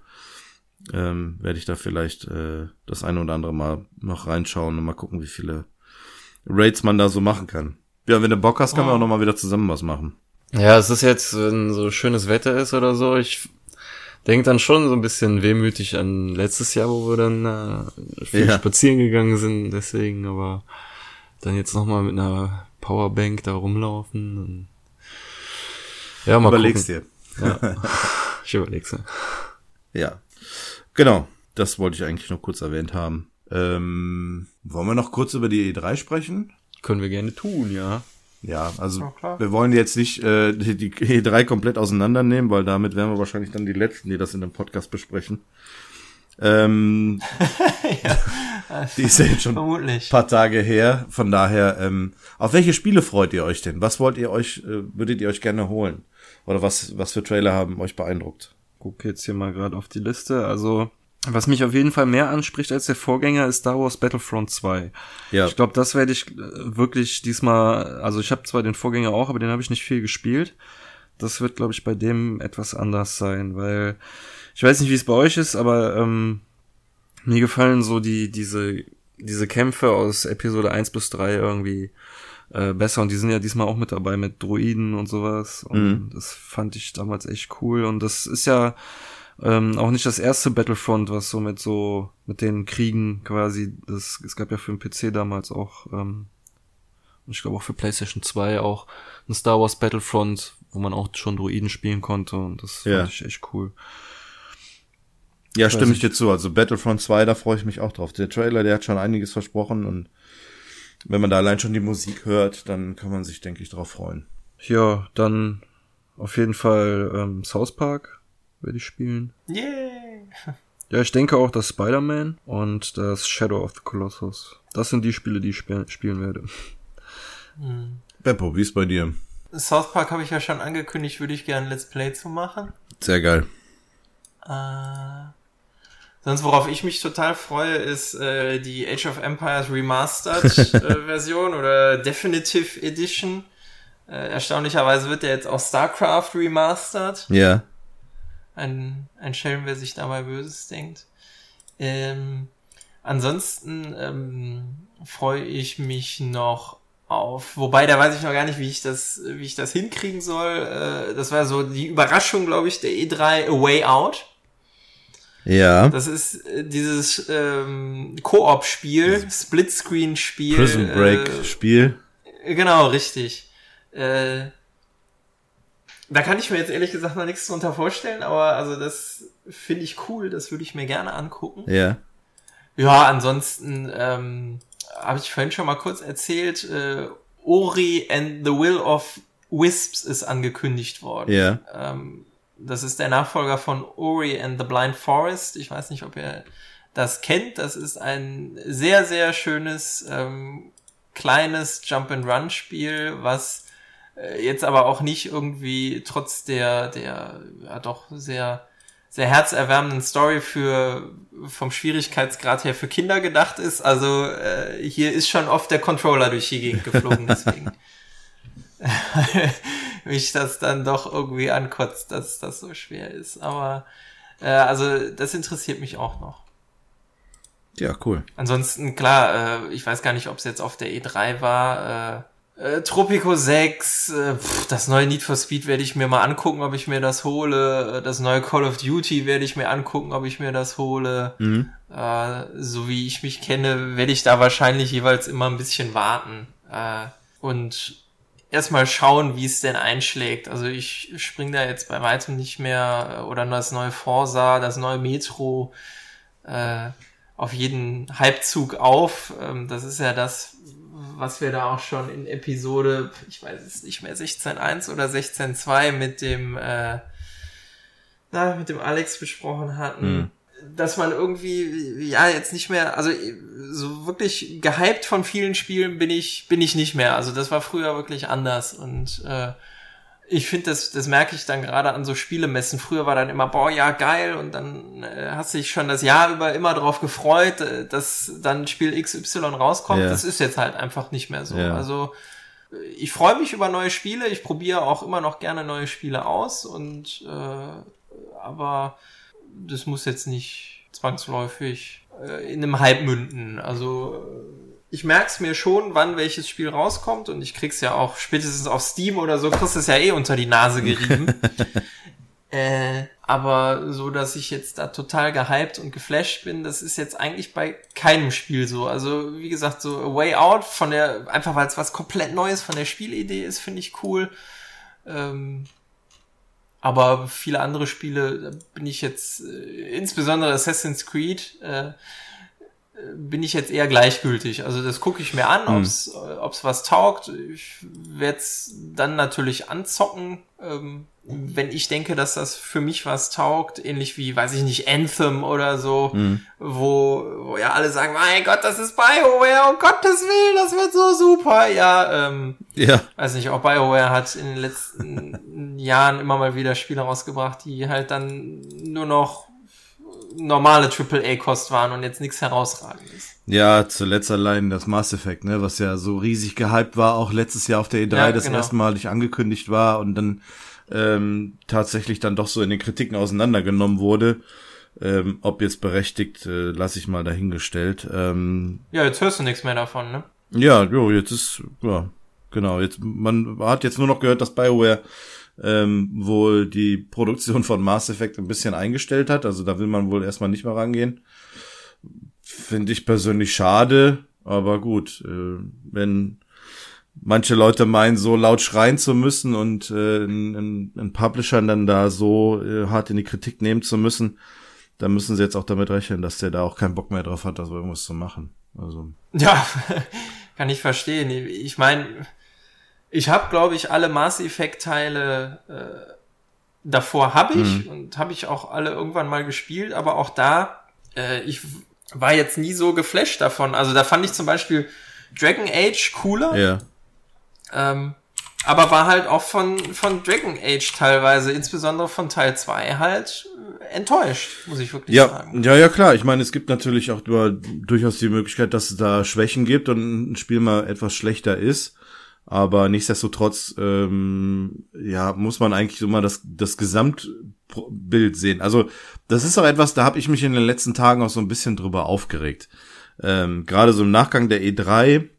ähm, werde ich da vielleicht äh, das eine oder andere Mal noch reinschauen und mal gucken, wie viele Raids man da so machen kann. Ja, wenn du Bock hast, kann man auch noch mal wieder zusammen was machen. Ja, es ist jetzt, wenn so schönes Wetter ist oder so, ich denke dann schon so ein bisschen wehmütig an letztes Jahr, wo wir dann äh, viel ja. spazieren gegangen sind, deswegen, aber dann jetzt noch mal mit einer Powerbank da rumlaufen. Und ja, mal Überlegst gucken. dir. Ja, ich überleg's mir. Ja, genau. Das wollte ich eigentlich noch kurz erwähnt haben. Ähm, wollen wir noch kurz über die E drei sprechen? Können wir gerne tun, ja. Ja, also ja, wir wollen jetzt nicht äh, die, die E drei komplett auseinandernehmen, weil damit wären wir wahrscheinlich dann die Letzten, die das in dem Podcast besprechen. Ähm, ja. Die ist ja jetzt schon Vermutlich. ein paar Tage her. Von daher, ähm, auf welche Spiele freut ihr euch denn? Was wollt ihr euch, äh, würdet ihr euch gerne holen? Oder was, was für Trailer haben euch beeindruckt? Guck jetzt hier mal gerade auf die Liste. Also, was mich auf jeden Fall mehr anspricht als der Vorgänger, ist Star Wars Battlefront zwei. Ja. Ich glaube, das werde ich wirklich diesmal, also ich habe zwar den Vorgänger auch, aber den habe ich nicht viel gespielt. Das wird, glaube ich, bei dem etwas anders sein, weil ich weiß nicht, wie es bei euch ist, aber ähm, mir gefallen so die diese diese Kämpfe aus Episode eins bis drei irgendwie äh, besser, und die sind ja diesmal auch mit dabei mit Droiden und sowas, und mhm. das fand ich damals echt cool, und das ist ja ähm, auch nicht das erste Battlefront, was so mit so mit den Kriegen quasi, das es gab ja für den P C damals auch ähm, und ich glaube auch für PlayStation zwei auch ein Star Wars Battlefront, wo man auch schon Droiden spielen konnte, und das ja. fand ich echt cool. Ja, ich stimme ich dir zu. Also Battlefront zwei, da freue ich mich auch drauf. Der Trailer, der hat schon einiges versprochen, und wenn man da allein schon die Musik hört, dann kann man sich, denke ich, drauf freuen. Ja, dann auf jeden Fall ähm, South Park werde ich spielen. Yay! Ja, ich denke auch das Spider-Man und das Shadow of the Colossus. Das sind die Spiele, die ich sp- spielen werde. Mhm. Beppo, wie ist bei dir? South Park habe ich ja schon angekündigt, würde ich gerne ein Let's Play zu machen. Sehr geil. Äh, sonst, worauf ich mich total freue, ist äh, die Age of Empires Remastered äh, Version oder Definitive Edition. Äh, erstaunlicherweise wird der jetzt auch StarCraft Remastered. Ja. Ein, ein Schelm, wer sich dabei Böses denkt. Ähm, ansonsten ähm, freue ich mich noch auf, wobei, da weiß ich noch gar nicht, wie ich das, wie ich das hinkriegen soll. Äh, das war so die Überraschung, glaube ich, der E drei A Way Out. Ja. Das ist äh, dieses ähm, Koop-Spiel, Splitscreen-Spiel. Prison Break-Spiel. Äh, genau, richtig. Äh, da kann ich mir jetzt ehrlich gesagt noch nichts drunter vorstellen, aber also das finde ich cool, das würde ich mir gerne angucken. Ja. Ja, ansonsten ähm, habe ich vorhin schon mal kurz erzählt, äh, Ori and the Will of Wisps ist angekündigt worden. Ja. Ähm, das ist der Nachfolger von Ori and the Blind Forest. Ich weiß nicht, ob ihr das kennt. Das ist ein sehr, sehr schönes, ähm, kleines Jump-and-Run-Spiel, was äh, jetzt aber auch nicht irgendwie trotz der, der ja doch sehr, sehr herzerwärmenden Story für vom Schwierigkeitsgrad her für Kinder gedacht ist. Also äh, hier ist schon oft der Controller durch die Gegend geflogen, deswegen mich das dann doch irgendwie ankotzt, dass das so schwer ist. Aber äh, also das interessiert mich auch noch. Ja, cool. Ansonsten, klar, äh, ich weiß gar nicht, ob es jetzt auf der E drei war, äh, äh, Tropico sechs, äh, pff, das neue Need for Speed werde ich mir mal angucken, ob ich mir das hole. Das neue Call of Duty werde ich mir angucken, ob ich mir das hole. Mhm. Äh, so wie ich mich kenne, werde ich da wahrscheinlich jeweils immer ein bisschen warten. Äh, und erstmal schauen, wie es denn einschlägt. Also ich spring da jetzt bei weitem nicht mehr, oder das neue Forza, das neue Metro, äh, auf jeden Hypezug auf. Ähm, das ist ja das, was wir da auch schon in Episode, ich weiß es nicht mehr, sechzehn Punkt eins oder sechzehn Punkt zwei mit dem, äh, na, mit dem Alex besprochen hatten. Mhm. Dass man irgendwie, ja, jetzt nicht mehr, also so wirklich gehypt von vielen Spielen bin ich, bin ich nicht mehr. Also das war früher wirklich anders, und äh, ich finde, das, das merke ich dann gerade an so Spielemessen. Früher war dann immer, boah, ja, geil, und dann äh, hast du dich schon das Jahr über immer drauf gefreut, äh, dass dann Spiel X Y rauskommt. Ja. Das ist jetzt halt einfach nicht mehr so. Ja. Also ich freue mich über neue Spiele, ich probiere auch immer noch gerne neue Spiele aus, und äh, aber das muss jetzt nicht zwangsläufig äh, in einem Hype münden. Also ich merk's mir schon, wann welches Spiel rauskommt, und ich krieg's ja auch spätestens auf Steam oder so, kriegst es ja eh unter die Nase gerieben. äh, aber so, dass ich jetzt da total gehypt und geflasht bin, das ist jetzt eigentlich bei keinem Spiel so. Also wie gesagt, so A Way Out, von der, einfach weil es was komplett Neues von der Spielidee ist, finde ich cool. Ähm, aber viele andere Spiele, da bin ich jetzt, äh, insbesondere Assassin's Creed, äh, bin ich jetzt eher gleichgültig. Also das gucke ich mir an, mhm. ob's, ob's was taugt. Ich werde es dann natürlich anzocken. Ähm, wenn ich denke, dass das für mich was taugt, ähnlich wie, weiß ich nicht, Anthem oder so, mhm. wo, wo ja alle sagen, mein Gott, das ist BioWare, um Gottes Willen, das wird so super. Ja, ähm, ja. weiß nicht, auch BioWare hat in den letzten Jahren immer mal wieder Spiele rausgebracht, die halt dann nur noch normale Triple A-Kost waren und jetzt nichts Herausragendes. Ja, zuletzt allein das Mass Effect, ne, was ja so riesig gehypt war, auch letztes Jahr auf der E drei, ja, das genau. erstmalig angekündigt war und dann ähm, tatsächlich dann doch so in den Kritiken auseinandergenommen wurde. Ähm, ob jetzt berechtigt, äh, lasse ich mal dahingestellt. Ähm, ja, jetzt hörst du nichts mehr davon, ne? Ja, jo, jetzt ist, ja, genau, jetzt, man hat jetzt nur noch gehört, dass BioWare ähm, wohl die Produktion von Mass Effect ein bisschen eingestellt hat, also da will man wohl erstmal nicht mehr rangehen. Finde ich persönlich schade, aber gut, äh, wenn manche Leute meinen, so laut schreien zu müssen und äh, einen, einen Publisher dann da so äh, hart in die Kritik nehmen zu müssen, dann müssen sie jetzt auch damit rechnen, dass der da auch keinen Bock mehr drauf hat, also irgendwas zu machen. Also ja, kann ich verstehen. Ich meine, ich habe, glaube ich, alle Mass Effect Teile äh, davor habe ich mhm. und habe ich auch alle irgendwann mal gespielt, aber auch da, äh, ich war jetzt nie so geflasht davon. Also da fand ich zum Beispiel Dragon Age cooler. Ja. Ähm, aber war halt auch von von Dragon Age teilweise, insbesondere von Teil zwei, halt enttäuscht, muss ich wirklich ja, sagen. Ja, ja, klar. Ich meine, es gibt natürlich auch nur durchaus die Möglichkeit, dass es da Schwächen gibt und ein Spiel mal etwas schlechter ist. Aber nichtsdestotrotz, ähm, ja, muss man eigentlich so mal das das Gesamtbild sehen. Also das ist auch etwas, da habe ich mich in den letzten Tagen auch so ein bisschen drüber aufgeregt. Ähm, gerade so im Nachgang der E drei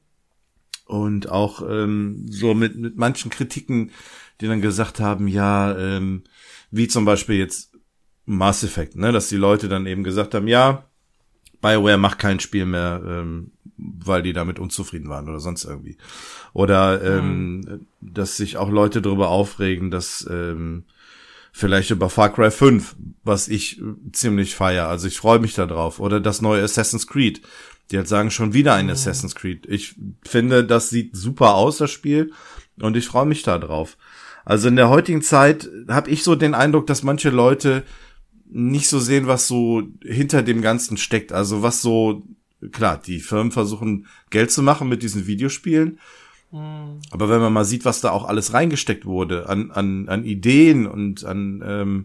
und auch ähm, so mit mit manchen Kritiken, die dann gesagt haben, ja, ähm, wie zum Beispiel jetzt Mass Effect, ne, dass die Leute dann eben gesagt haben, ja, BioWare macht kein Spiel mehr, ähm, weil die damit unzufrieden waren oder sonst irgendwie. Oder ähm, mhm. dass sich auch Leute darüber aufregen, dass ähm, vielleicht über Far Cry fünf, was ich ziemlich feier, also ich freue mich da drauf. Oder das neue Assassin's Creed, die halt sagen, schon wieder ein mhm. Assassin's Creed. Ich finde, das sieht super aus, das Spiel, und ich freue mich da drauf. Also in der heutigen Zeit habe ich so den Eindruck, dass manche Leute nicht so sehen, was so hinter dem Ganzen steckt. Also was so, klar, die Firmen versuchen Geld zu machen mit diesen Videospielen. Mhm. Aber wenn man mal sieht, was da auch alles reingesteckt wurde, an an an Ideen und an, ähm,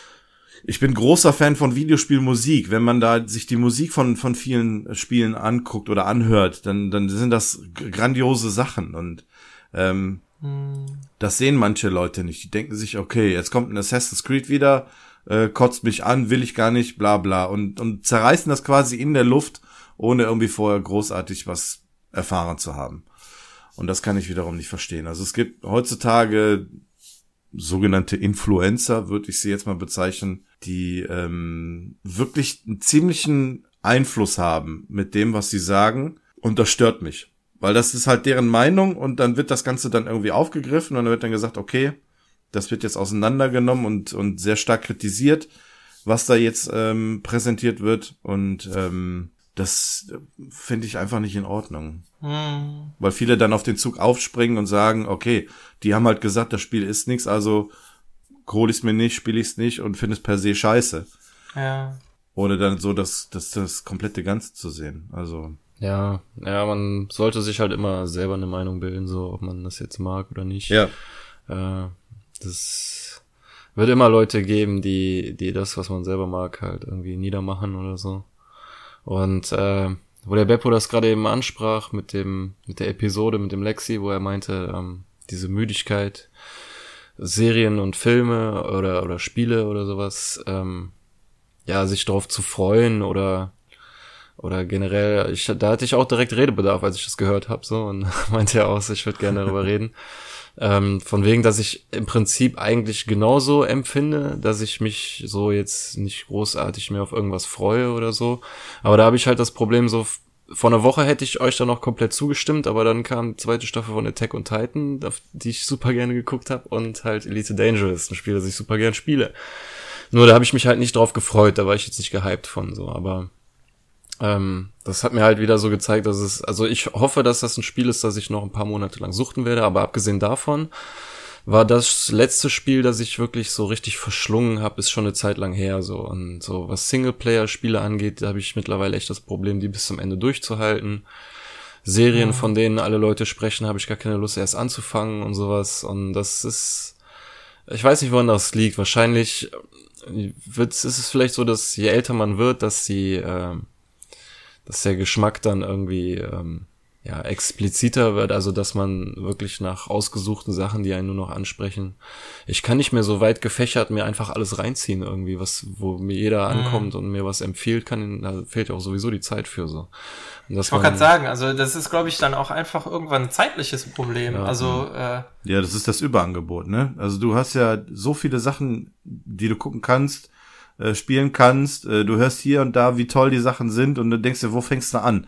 ich bin großer Fan von Videospielmusik. Wenn man da sich die Musik von von vielen Spielen anguckt oder anhört, dann dann sind das grandiose Sachen, und ähm, mhm. das sehen manche Leute nicht. Die denken sich, okay, jetzt kommt ein Assassin's Creed wieder, äh, kotzt mich an, will ich gar nicht, bla bla, und und zerreißen das quasi in der Luft, ohne irgendwie vorher großartig was erfahren zu haben. Und das kann ich wiederum nicht verstehen. Also es gibt heutzutage sogenannte Influencer, würde ich sie jetzt mal bezeichnen, die ähm, wirklich einen ziemlichen Einfluss haben mit dem, was sie sagen. Und das stört mich. Weil das ist halt deren Meinung, und dann wird das Ganze dann irgendwie aufgegriffen und dann wird dann gesagt, okay, das wird jetzt auseinandergenommen und und sehr stark kritisiert, was da jetzt ähm, präsentiert wird. Und ähm, das finde ich einfach nicht in Ordnung. Hm. Weil viele dann auf den Zug aufspringen und sagen, okay, die haben halt gesagt, das Spiel ist nichts, also hol ich's mir nicht, spiele ich's nicht und finde es per se scheiße. Ja. Ohne dann so das, das, das komplette Ganze zu sehen. Also. Ja, ja, man sollte sich halt immer selber eine Meinung bilden, so ob man das jetzt mag oder nicht. Ja. Äh, das wird immer Leute geben, die, die das, was man selber mag, halt irgendwie niedermachen oder so. Und äh, wo der Beppo das gerade eben ansprach mit dem mit der Episode mit dem Lexi, wo er meinte, ähm, diese Müdigkeit, Serien und Filme oder oder Spiele oder sowas, ähm, ja, sich drauf zu freuen oder oder generell, ich, da hatte ich auch direkt Redebedarf, als ich das gehört habe, so, und meinte ja auch, ich würde gerne darüber reden. Ähm, von wegen, dass ich im Prinzip eigentlich genauso empfinde, dass ich mich so jetzt nicht großartig mehr auf irgendwas freue oder so. Aber da habe ich halt das Problem, so vor einer Woche hätte ich euch da noch komplett zugestimmt, aber dann kam die zweite Staffel von Attack on Titan, die ich super gerne geguckt habe, und halt Elite Dangerous, ein Spiel, das ich super gern spiele. Nur da habe ich mich halt nicht drauf gefreut, da war ich jetzt nicht gehypt von, so, aber ähm, das hat mir halt wieder so gezeigt, dass es, also ich hoffe, dass das ein Spiel ist, das ich noch ein paar Monate lang suchten werde, aber abgesehen davon war das letzte Spiel, das ich wirklich so richtig verschlungen habe, ist schon eine Zeit lang her so. Und so was Singleplayer-Spiele angeht, da habe ich mittlerweile echt das Problem, die bis zum Ende durchzuhalten. Serien, ja. von denen alle Leute sprechen, habe ich gar keine Lust erst anzufangen und sowas. Und das ist, ich weiß nicht, woran das liegt. Wahrscheinlich wird, ist es vielleicht so, dass je älter man wird, dass die, äh, dass der Geschmack dann irgendwie ähm, ja expliziter wird, also dass man wirklich nach ausgesuchten Sachen, die einen nur noch ansprechen. Ich kann nicht mehr so weit gefächert mir einfach alles reinziehen irgendwie, was wo mir jeder ankommt mhm. und mir was empfiehlt, kann, da fehlt ja auch sowieso die Zeit für so. Und dass ich wollte gerade sagen, also das ist, glaube ich, dann auch einfach irgendwann ein zeitliches Problem. Ja, also äh, ja, das ist das Überangebot, ne? Also du hast ja so viele Sachen, die du gucken kannst, äh, spielen kannst. Äh, du hörst hier und da, wie toll die Sachen sind, und du denkst dir, wo fängst du an?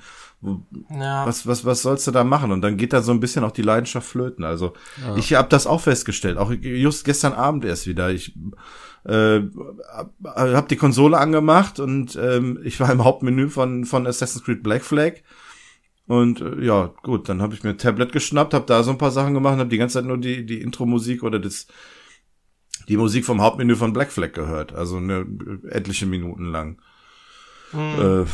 Ja. Was, was, was sollst du da machen? Und dann geht da so ein bisschen auch die Leidenschaft flöten. Also ja. ich habe das auch festgestellt, auch just gestern Abend erst wieder. Ich äh, habe die Konsole angemacht und ähm, ich war im Hauptmenü von von Assassin's Creed Black Flag. Und äh, ja, gut, dann habe ich mir ein Tablet geschnappt, habe da so ein paar Sachen gemacht, habe die ganze Zeit nur die die Intro-Musik oder das die Musik vom Hauptmenü von Black Flag gehört. Also eine, etliche Minuten lang. Mhm. Äh,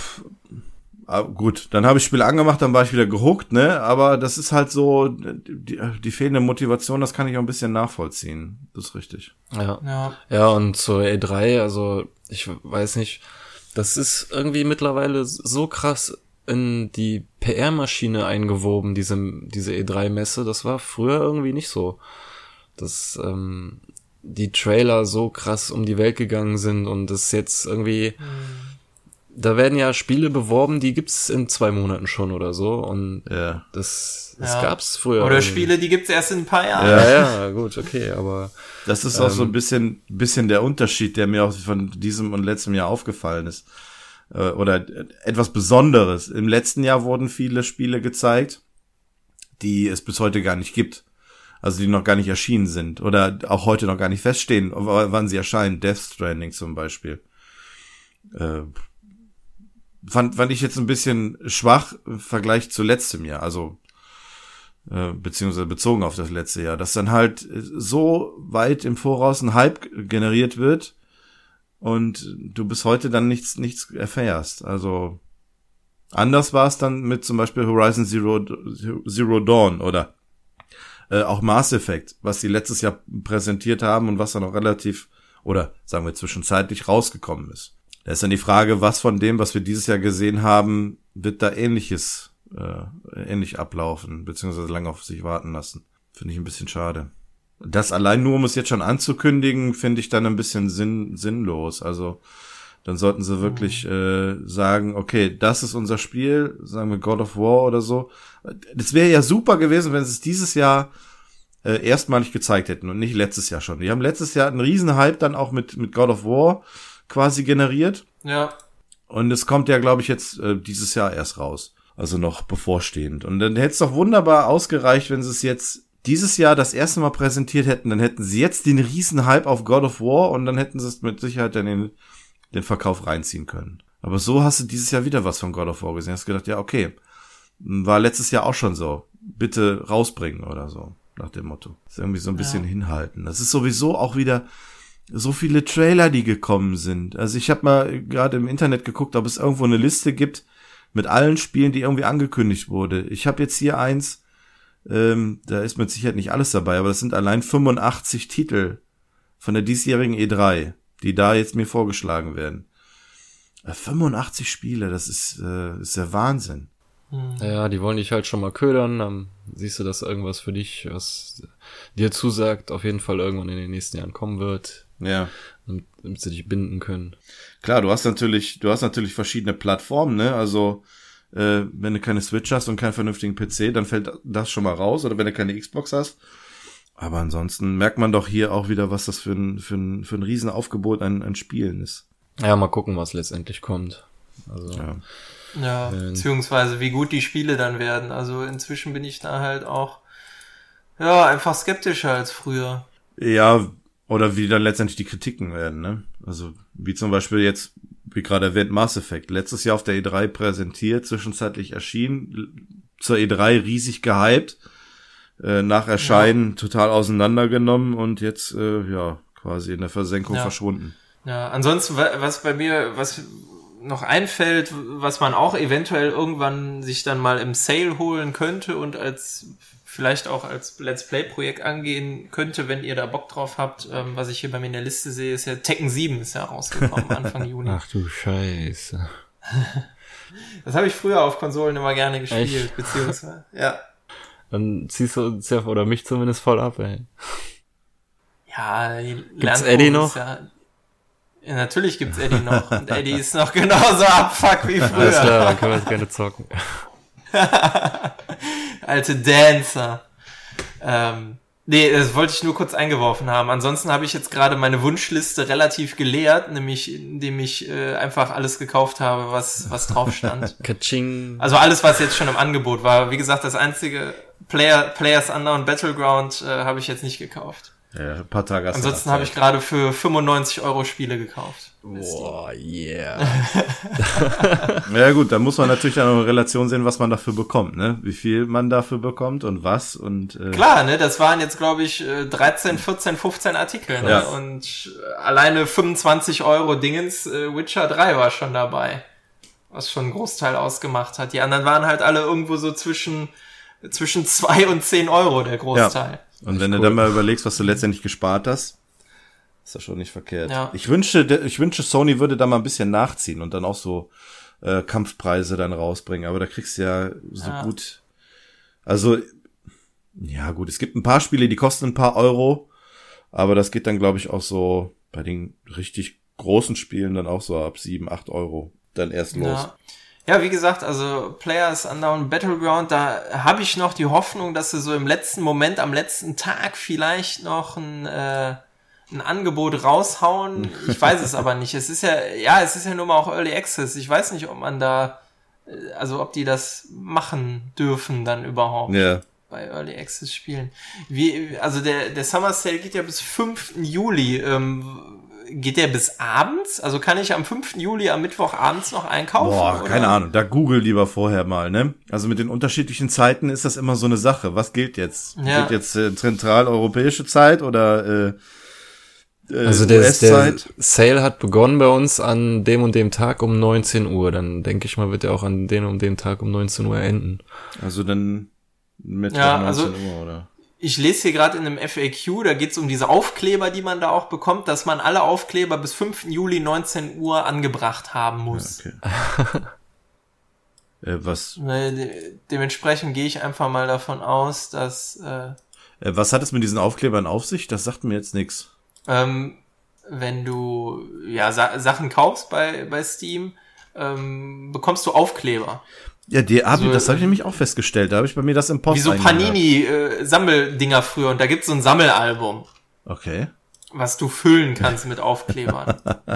Ah, gut, dann habe ich Spiel angemacht, dann war ich wieder gehuckt, ne? Aber das ist halt so, die, die fehlende Motivation, das kann ich auch ein bisschen nachvollziehen. Das ist richtig. Ja. Ja, ja, und zur E drei, also ich weiß nicht, das ist irgendwie mittlerweile so krass in die P R-Maschine eingewoben, diese diese E drei Messe. Das war früher irgendwie nicht so. Dass ähm, die Trailer so krass um die Welt gegangen sind und das jetzt irgendwie... Mhm. Da werden ja Spiele beworben, die gibt's in zwei Monaten schon oder so, und ja. das, das ja. gab's früher. Oder irgendwie. Spiele, die gibt's erst in ein paar Jahren. Ja, ja, gut, okay, aber das ist ähm, auch so ein bisschen, bisschen der Unterschied, der mir auch von diesem und letztem Jahr aufgefallen ist. Äh, oder etwas Besonderes. Im letzten Jahr wurden viele Spiele gezeigt, die es bis heute gar nicht gibt. Also die noch gar nicht erschienen sind oder auch heute noch gar nicht feststehen, wann sie erscheinen. Death Stranding zum Beispiel. Äh, Fand, fand ich jetzt ein bisschen schwach im Vergleich zu letztem Jahr, also äh, beziehungsweise bezogen auf das letzte Jahr, dass dann halt so weit im Voraus ein Hype generiert wird und du bis heute dann nichts nichts erfährst. Also anders war es dann mit zum Beispiel Horizon Zero Zero Dawn oder äh, auch Mass Effect, was die letztes Jahr präsentiert haben und was dann auch relativ oder sagen wir zwischenzeitlich rausgekommen ist. Da ist dann die Frage, was von dem, was wir dieses Jahr gesehen haben, wird da ähnliches, äh, ähnlich ablaufen, beziehungsweise lange auf sich warten lassen. Finde ich ein bisschen schade. Das allein nur, um es jetzt schon anzukündigen, finde ich dann ein bisschen sinn, sinnlos. Also, dann sollten sie wirklich äh, sagen, okay, das ist unser Spiel, sagen wir God of War oder so. Das wäre ja super gewesen, wenn sie es dieses Jahr äh, erstmalig gezeigt hätten und nicht letztes Jahr schon. Die haben letztes Jahr einen riesen Hype dann auch mit, mit God of War quasi generiert. Ja. Und es kommt ja, glaube ich, jetzt äh, dieses Jahr erst raus. Also noch bevorstehend. Und dann hätte es doch wunderbar ausgereicht, wenn sie es jetzt dieses Jahr das erste Mal präsentiert hätten. Dann hätten sie jetzt den riesen Hype auf God of War und dann hätten sie es mit Sicherheit dann in den Verkauf reinziehen können. Aber so hast du dieses Jahr wieder was von God of War gesehen. Hast gedacht, ja, okay, war letztes Jahr auch schon so. Bitte rausbringen oder so, nach dem Motto. Das ist irgendwie so ein bisschen ja. hinhalten. Das ist sowieso auch wieder so viele Trailer, die gekommen sind. Also ich habe mal gerade im Internet geguckt, ob es irgendwo eine Liste gibt mit allen Spielen, die irgendwie angekündigt wurde. Ich habe jetzt hier eins, ähm, da ist mit Sicherheit nicht alles dabei, aber das sind allein fünfundachtzig Titel von der diesjährigen E drei, die da jetzt mir vorgeschlagen werden. Äh, fünfundachtzig Spiele, das ist, äh, ist der Wahnsinn. Ja, die wollen dich halt schon mal ködern, dann siehst du, dass irgendwas für dich, was dir zusagt, auf jeden Fall irgendwann in den nächsten Jahren kommen wird. Ja. Damit sie dich binden können. Klar, du hast natürlich, du hast natürlich verschiedene Plattformen, ne? Also, äh, wenn du keine Switch hast und keinen vernünftigen P C, dann fällt das schon mal raus. Oder wenn du keine Xbox hast. Aber ansonsten merkt man doch hier auch wieder, was das für ein, für ein, für ein Riesenaufgebot an, an Spielen ist. Ja, mal gucken, was letztendlich kommt. Also. Ja. Ja, ähm. beziehungsweise wie gut die Spiele dann werden. Also inzwischen bin ich da halt auch, ja, einfach skeptischer als früher. Ja, oder wie dann letztendlich die Kritiken werden, ne? Also, wie zum Beispiel jetzt, wie gerade erwähnt, Mass Effect. Letztes Jahr auf der E drei präsentiert, zwischenzeitlich erschienen, zur E drei riesig gehypt. äh, nach Erscheinen ja. total auseinandergenommen und jetzt äh, ja quasi in der Versenkung ja. verschwunden. Ja, ansonsten, was bei mir, was noch einfällt, was man auch eventuell irgendwann sich dann mal im Sale holen könnte und als vielleicht auch als Let's Play-Projekt angehen könnte, wenn ihr da Bock drauf habt, ähm, was ich hier bei mir in der Liste sehe, ist ja Tekken sieben ist ja rausgekommen, Anfang Juni. Ach du Scheiße. Das habe ich früher auf Konsolen immer gerne gespielt, Echt? beziehungsweise, ja. Dann ziehst du uns ja, oder mich zumindest voll ab, ey. Ja, gibt's Eddie noch? Ja, ja, natürlich gibt's Eddie noch. Und Eddie ist noch genauso abfuck wie früher. Alles klar, dann können wir es gerne zocken. Alte Dancer. Ähm, nee, das wollte ich nur kurz eingeworfen haben. Ansonsten habe ich jetzt gerade meine Wunschliste relativ geleert, nämlich indem ich äh, einfach alles gekauft habe, was was drauf stand. Kaching. Also alles, was jetzt schon im Angebot war. Wie gesagt, das einzige Player, Players Unknown Battleground äh, habe ich jetzt nicht gekauft. Ja, ein paar Tage hast du Ansonsten habe ich gerade für fünfundneunzig Euro Spiele gekauft. Boah, yeah. Ja gut, da muss man natürlich dann noch in Relation sehen, was man dafür bekommt, ne? Wie viel man dafür bekommt und was und äh klar, ne? Das waren jetzt, glaube ich, dreizehn, vierzehn, fünfzehn Artikel, ne? Ja. Und alleine fünfundzwanzig Euro Dingens, äh, Witcher drei war schon dabei, was schon einen Großteil ausgemacht hat. Die anderen waren halt alle irgendwo so zwischen zwischen zwei und zehn Euro der Großteil. Ja. Und wenn cool. du dann mal überlegst, was du letztendlich gespart hast, ist das schon nicht verkehrt. Ja. Ich wünschte, ich wünschte, Sony würde da mal ein bisschen nachziehen und dann auch so äh, Kampfpreise dann rausbringen. Aber da kriegst du ja so ja. gut. Also, ja gut, es gibt ein paar Spiele, die kosten ein paar Euro, aber das geht dann, glaube ich, auch so bei den richtig großen Spielen dann auch so ab sieben, acht Euro dann erst los. Ja. Ja, wie gesagt, also Players Unknown Battleground, da habe ich noch die Hoffnung, dass sie so im letzten Moment, am letzten Tag vielleicht noch ein, äh, ein Angebot raushauen. Ich weiß es aber nicht. Es ist ja, ja, es ist ja nur mal auch Early Access. Ich weiß nicht, ob man da, also ob die das machen dürfen dann überhaupt. Ja. Bei Early Access Spielen. Wie, also der, der Summer Sale geht ja bis fünften Juli. Ähm, Geht der bis abends? Also kann ich am fünften Juli am Mittwoch abends noch einkaufen? Boah, oder? Keine Ahnung. Da google lieber vorher mal, ne? Also mit den unterschiedlichen Zeiten ist das immer so eine Sache. Was gilt jetzt? Ja. Gilt jetzt äh, zentraleuropäische Zeit oder äh, äh, also der, U S-Zeit? Der Sale hat begonnen bei uns an dem und dem Tag um neunzehn Uhr. Dann denke ich mal, wird er auch an dem und dem Tag um neunzehn Uhr enden. Also dann Mittwoch ja, neunzehn also Uhr, oder? Ich lese hier gerade in einem F A Q, da geht es um diese Aufkleber, die man da auch bekommt, dass man alle Aufkleber bis fünften Juli neunzehn Uhr angebracht haben muss. Ja, okay. äh, was? De- dementsprechend gehe ich einfach mal davon aus, dass äh, äh, was hat es mit diesen Aufklebern auf sich? Das sagt mir jetzt nichts. Ähm, wenn du ja Sa- Sachen kaufst bei bei Steam, ähm, bekommst du Aufkleber. Ja, die hab, So, das habe ich nämlich auch festgestellt. Da habe ich bei mir das im Post Wie so Panini-Sammeldinger äh, früher. Und da gibt's so ein Sammelalbum, Okay. was du füllen kannst mit Aufklebern.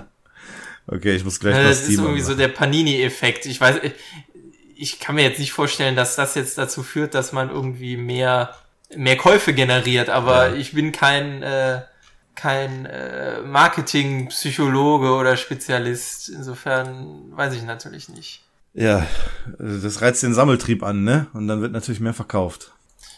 Okay, ich muss gleich Äh, mal das ist Steam irgendwie so anmachen. der Panini-Effekt. Ich weiß, ich, ich kann mir jetzt nicht vorstellen, dass das jetzt dazu führt, dass man irgendwie mehr mehr Käufe generiert. Aber Ja. ich bin kein äh, kein äh, Marketing-Psychologe oder Spezialist. Insofern weiß ich natürlich nicht. Ja, das reizt den Sammeltrieb an, ne? Und dann wird natürlich mehr verkauft.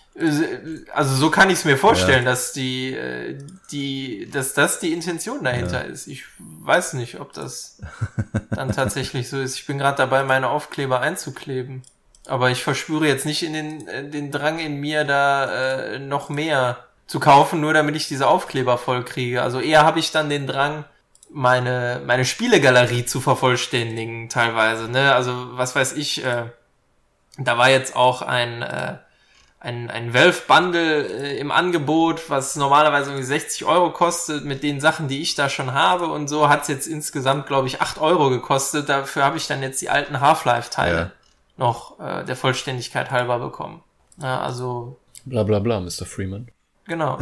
Also so kann ich es mir vorstellen, ja. dass die, äh, die, dass das die Intention dahinter ja. ist. Ich weiß nicht, ob das dann tatsächlich so ist. Ich bin gerade dabei, meine Aufkleber einzukleben. Aber ich verspüre jetzt nicht in den, den Drang in mir, da äh, noch mehr zu kaufen, nur damit ich diese Aufkleber voll kriege. Also eher habe ich dann den Drang, meine meine Spielegalerie zu vervollständigen teilweise, ne? Also was weiß ich, äh, da war jetzt auch ein äh, ein ein Valve Bundle äh, im Angebot, was normalerweise irgendwie sechzig Euro kostet, mit den Sachen, die ich da schon habe und so, hat's jetzt insgesamt, glaube ich, acht Euro gekostet. Dafür habe ich dann jetzt die alten Half-Life-Teile Ja. noch äh, der Vollständigkeit halber bekommen. Ja, also Bla bla bla, Mister Freeman. genau.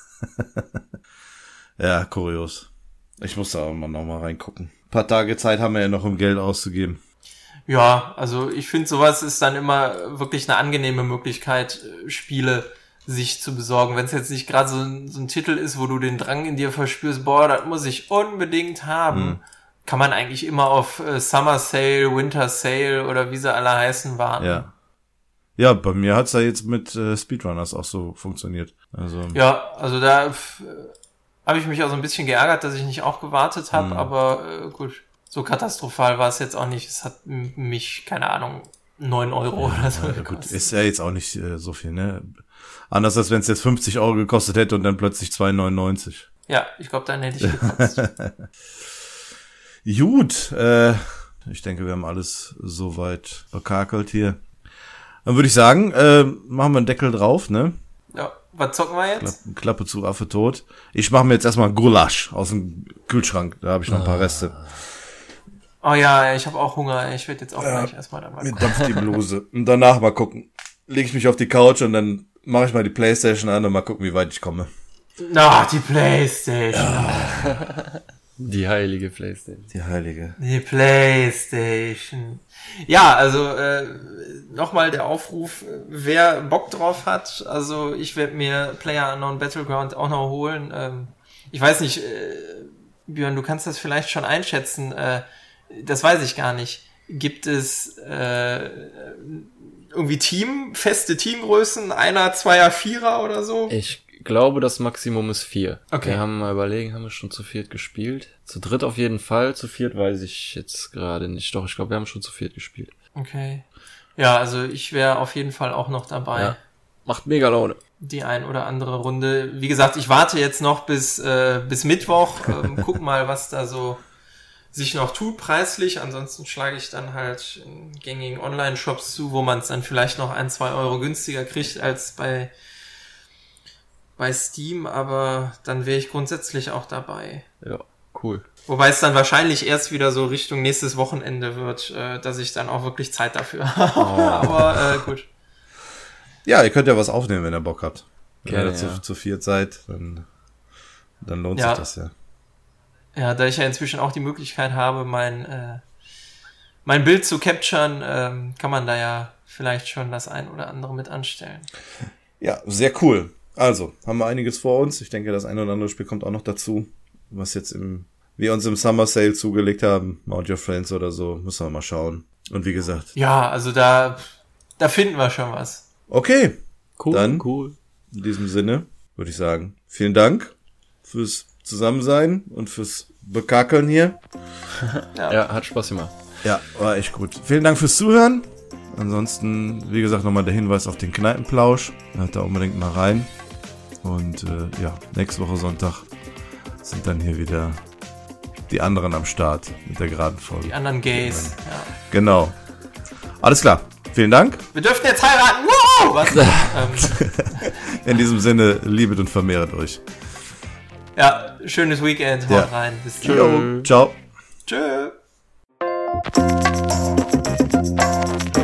Ja, kurios. Ich muss da auch mal noch mal reingucken. Ein paar Tage Zeit haben wir ja noch, um Geld auszugeben. Ja, also ich finde, sowas ist dann immer wirklich eine angenehme Möglichkeit, äh, Spiele sich zu besorgen. Wenn es jetzt nicht gerade so, ein- so ein Titel ist, wo du den Drang in dir verspürst, boah, das muss ich unbedingt haben, Mhm. kann man eigentlich immer auf äh, Summer Sale, Winter Sale oder wie sie alle heißen warten. Ja. Ja, bei mir hat's ja jetzt mit äh, Speedrunners auch so funktioniert. Also Ja, also da äh, habe ich mich auch so ein bisschen geärgert, dass ich nicht auch gewartet habe, Mhm. aber äh, gut, so katastrophal war es jetzt auch nicht. Es hat m- mich, keine Ahnung, neun Euro oder so ja, gut, gekostet. ist ja jetzt auch nicht äh, so viel, ne? Anders als wenn es jetzt fünfzig Euro gekostet hätte und dann plötzlich zwei neunundneunzig. Ja, ich glaube, dann hätte ich gekotzt. Gut, äh, ich denke, wir haben alles soweit bekakelt hier. Dann würde ich sagen, äh, machen wir einen Deckel drauf, ne? Ja, was zocken wir jetzt? Klappe, Klappe zu, Affe tot. Ich mache mir jetzt erstmal Gulasch aus dem Kühlschrank. Da habe ich noch ein paar Reste. Oh ja, ich habe auch Hunger. Ich werde jetzt auch gleich erstmal dann mal Mir gucken. dampft die Bluse. Und danach mal gucken. Lege ich mich auf die Couch und dann mache ich mal die Playstation an und mal gucken, wie weit ich komme. Na, die Playstation. Die heilige Playstation. Die heilige. Die Playstation. Ja, also äh, nochmal der Aufruf, wer Bock drauf hat. Also ich werde mir PlayerUnknown Battleground auch noch holen. Ähm, ich weiß nicht, äh, Björn, du kannst das vielleicht schon einschätzen. Äh, das weiß ich gar nicht. Gibt es äh, irgendwie Team, feste Teamgrößen, Einer, Zweier, Vierer oder so? Ich glaube, das Maximum ist vier. Okay. Wir haben mal überlegen, haben wir schon zu viert gespielt? Zu dritt auf jeden Fall, zu viert weiß ich jetzt gerade nicht. Doch, ich glaube, wir haben schon zu viert gespielt. Okay. Ja, also ich wäre auf jeden Fall auch noch dabei. Ja. Macht mega Laune. Die ein oder andere Runde. Wie gesagt, ich warte jetzt noch bis äh, bis Mittwoch. Ähm, guck mal, was da so sich noch tut preislich. Ansonsten schlage ich dann halt in gängigen Online-Shops zu, wo man es dann vielleicht noch ein, zwei Euro günstiger kriegt als bei bei Steam. Aber dann wäre ich grundsätzlich auch dabei. Ja, cool. Wobei es dann wahrscheinlich erst wieder so Richtung nächstes Wochenende wird, äh, dass ich dann auch wirklich Zeit dafür habe. Aber äh, gut. Ja, ihr könnt ja was aufnehmen, wenn ihr Bock habt. Wenn Gerne, ihr zu, ja. zu viert seid, dann, dann lohnt Ja. sich das ja. Ja, da ich ja inzwischen auch die Möglichkeit habe, mein, äh, mein Bild zu capturen, ähm, kann man da ja vielleicht schon das ein oder andere mit anstellen. Ja, sehr cool. Also, haben wir einiges vor uns. Ich denke, das ein oder andere Spiel kommt auch noch dazu, was jetzt im, wir uns im Summer Sale zugelegt haben. Mount Your Friends oder so. Müssen wir mal schauen. Und wie gesagt. Ja, also da, da finden wir schon was. Okay. Cool, Dann- cool. In diesem Sinne würde ich sagen, vielen Dank fürs Zusammensein und fürs Bekackeln hier. Ja. Ja, hat Spaß gemacht. Ja, war echt gut. Vielen Dank fürs Zuhören. Ansonsten, wie gesagt, nochmal der Hinweis auf den Kneipenplausch. Hört da unbedingt mal rein. Und äh, ja, nächste Woche Sonntag sind dann hier wieder die anderen am Start mit der geraden Folge. Die anderen Gays. Ja. Genau. Alles klar. Vielen Dank. Wir dürften jetzt heiraten. Wow! Was? ähm, In diesem Sinne, liebet und vermehret euch. ja, schönes Weekend. Haut Ja. rein. Bis dann. Jo, ciao. Tschö.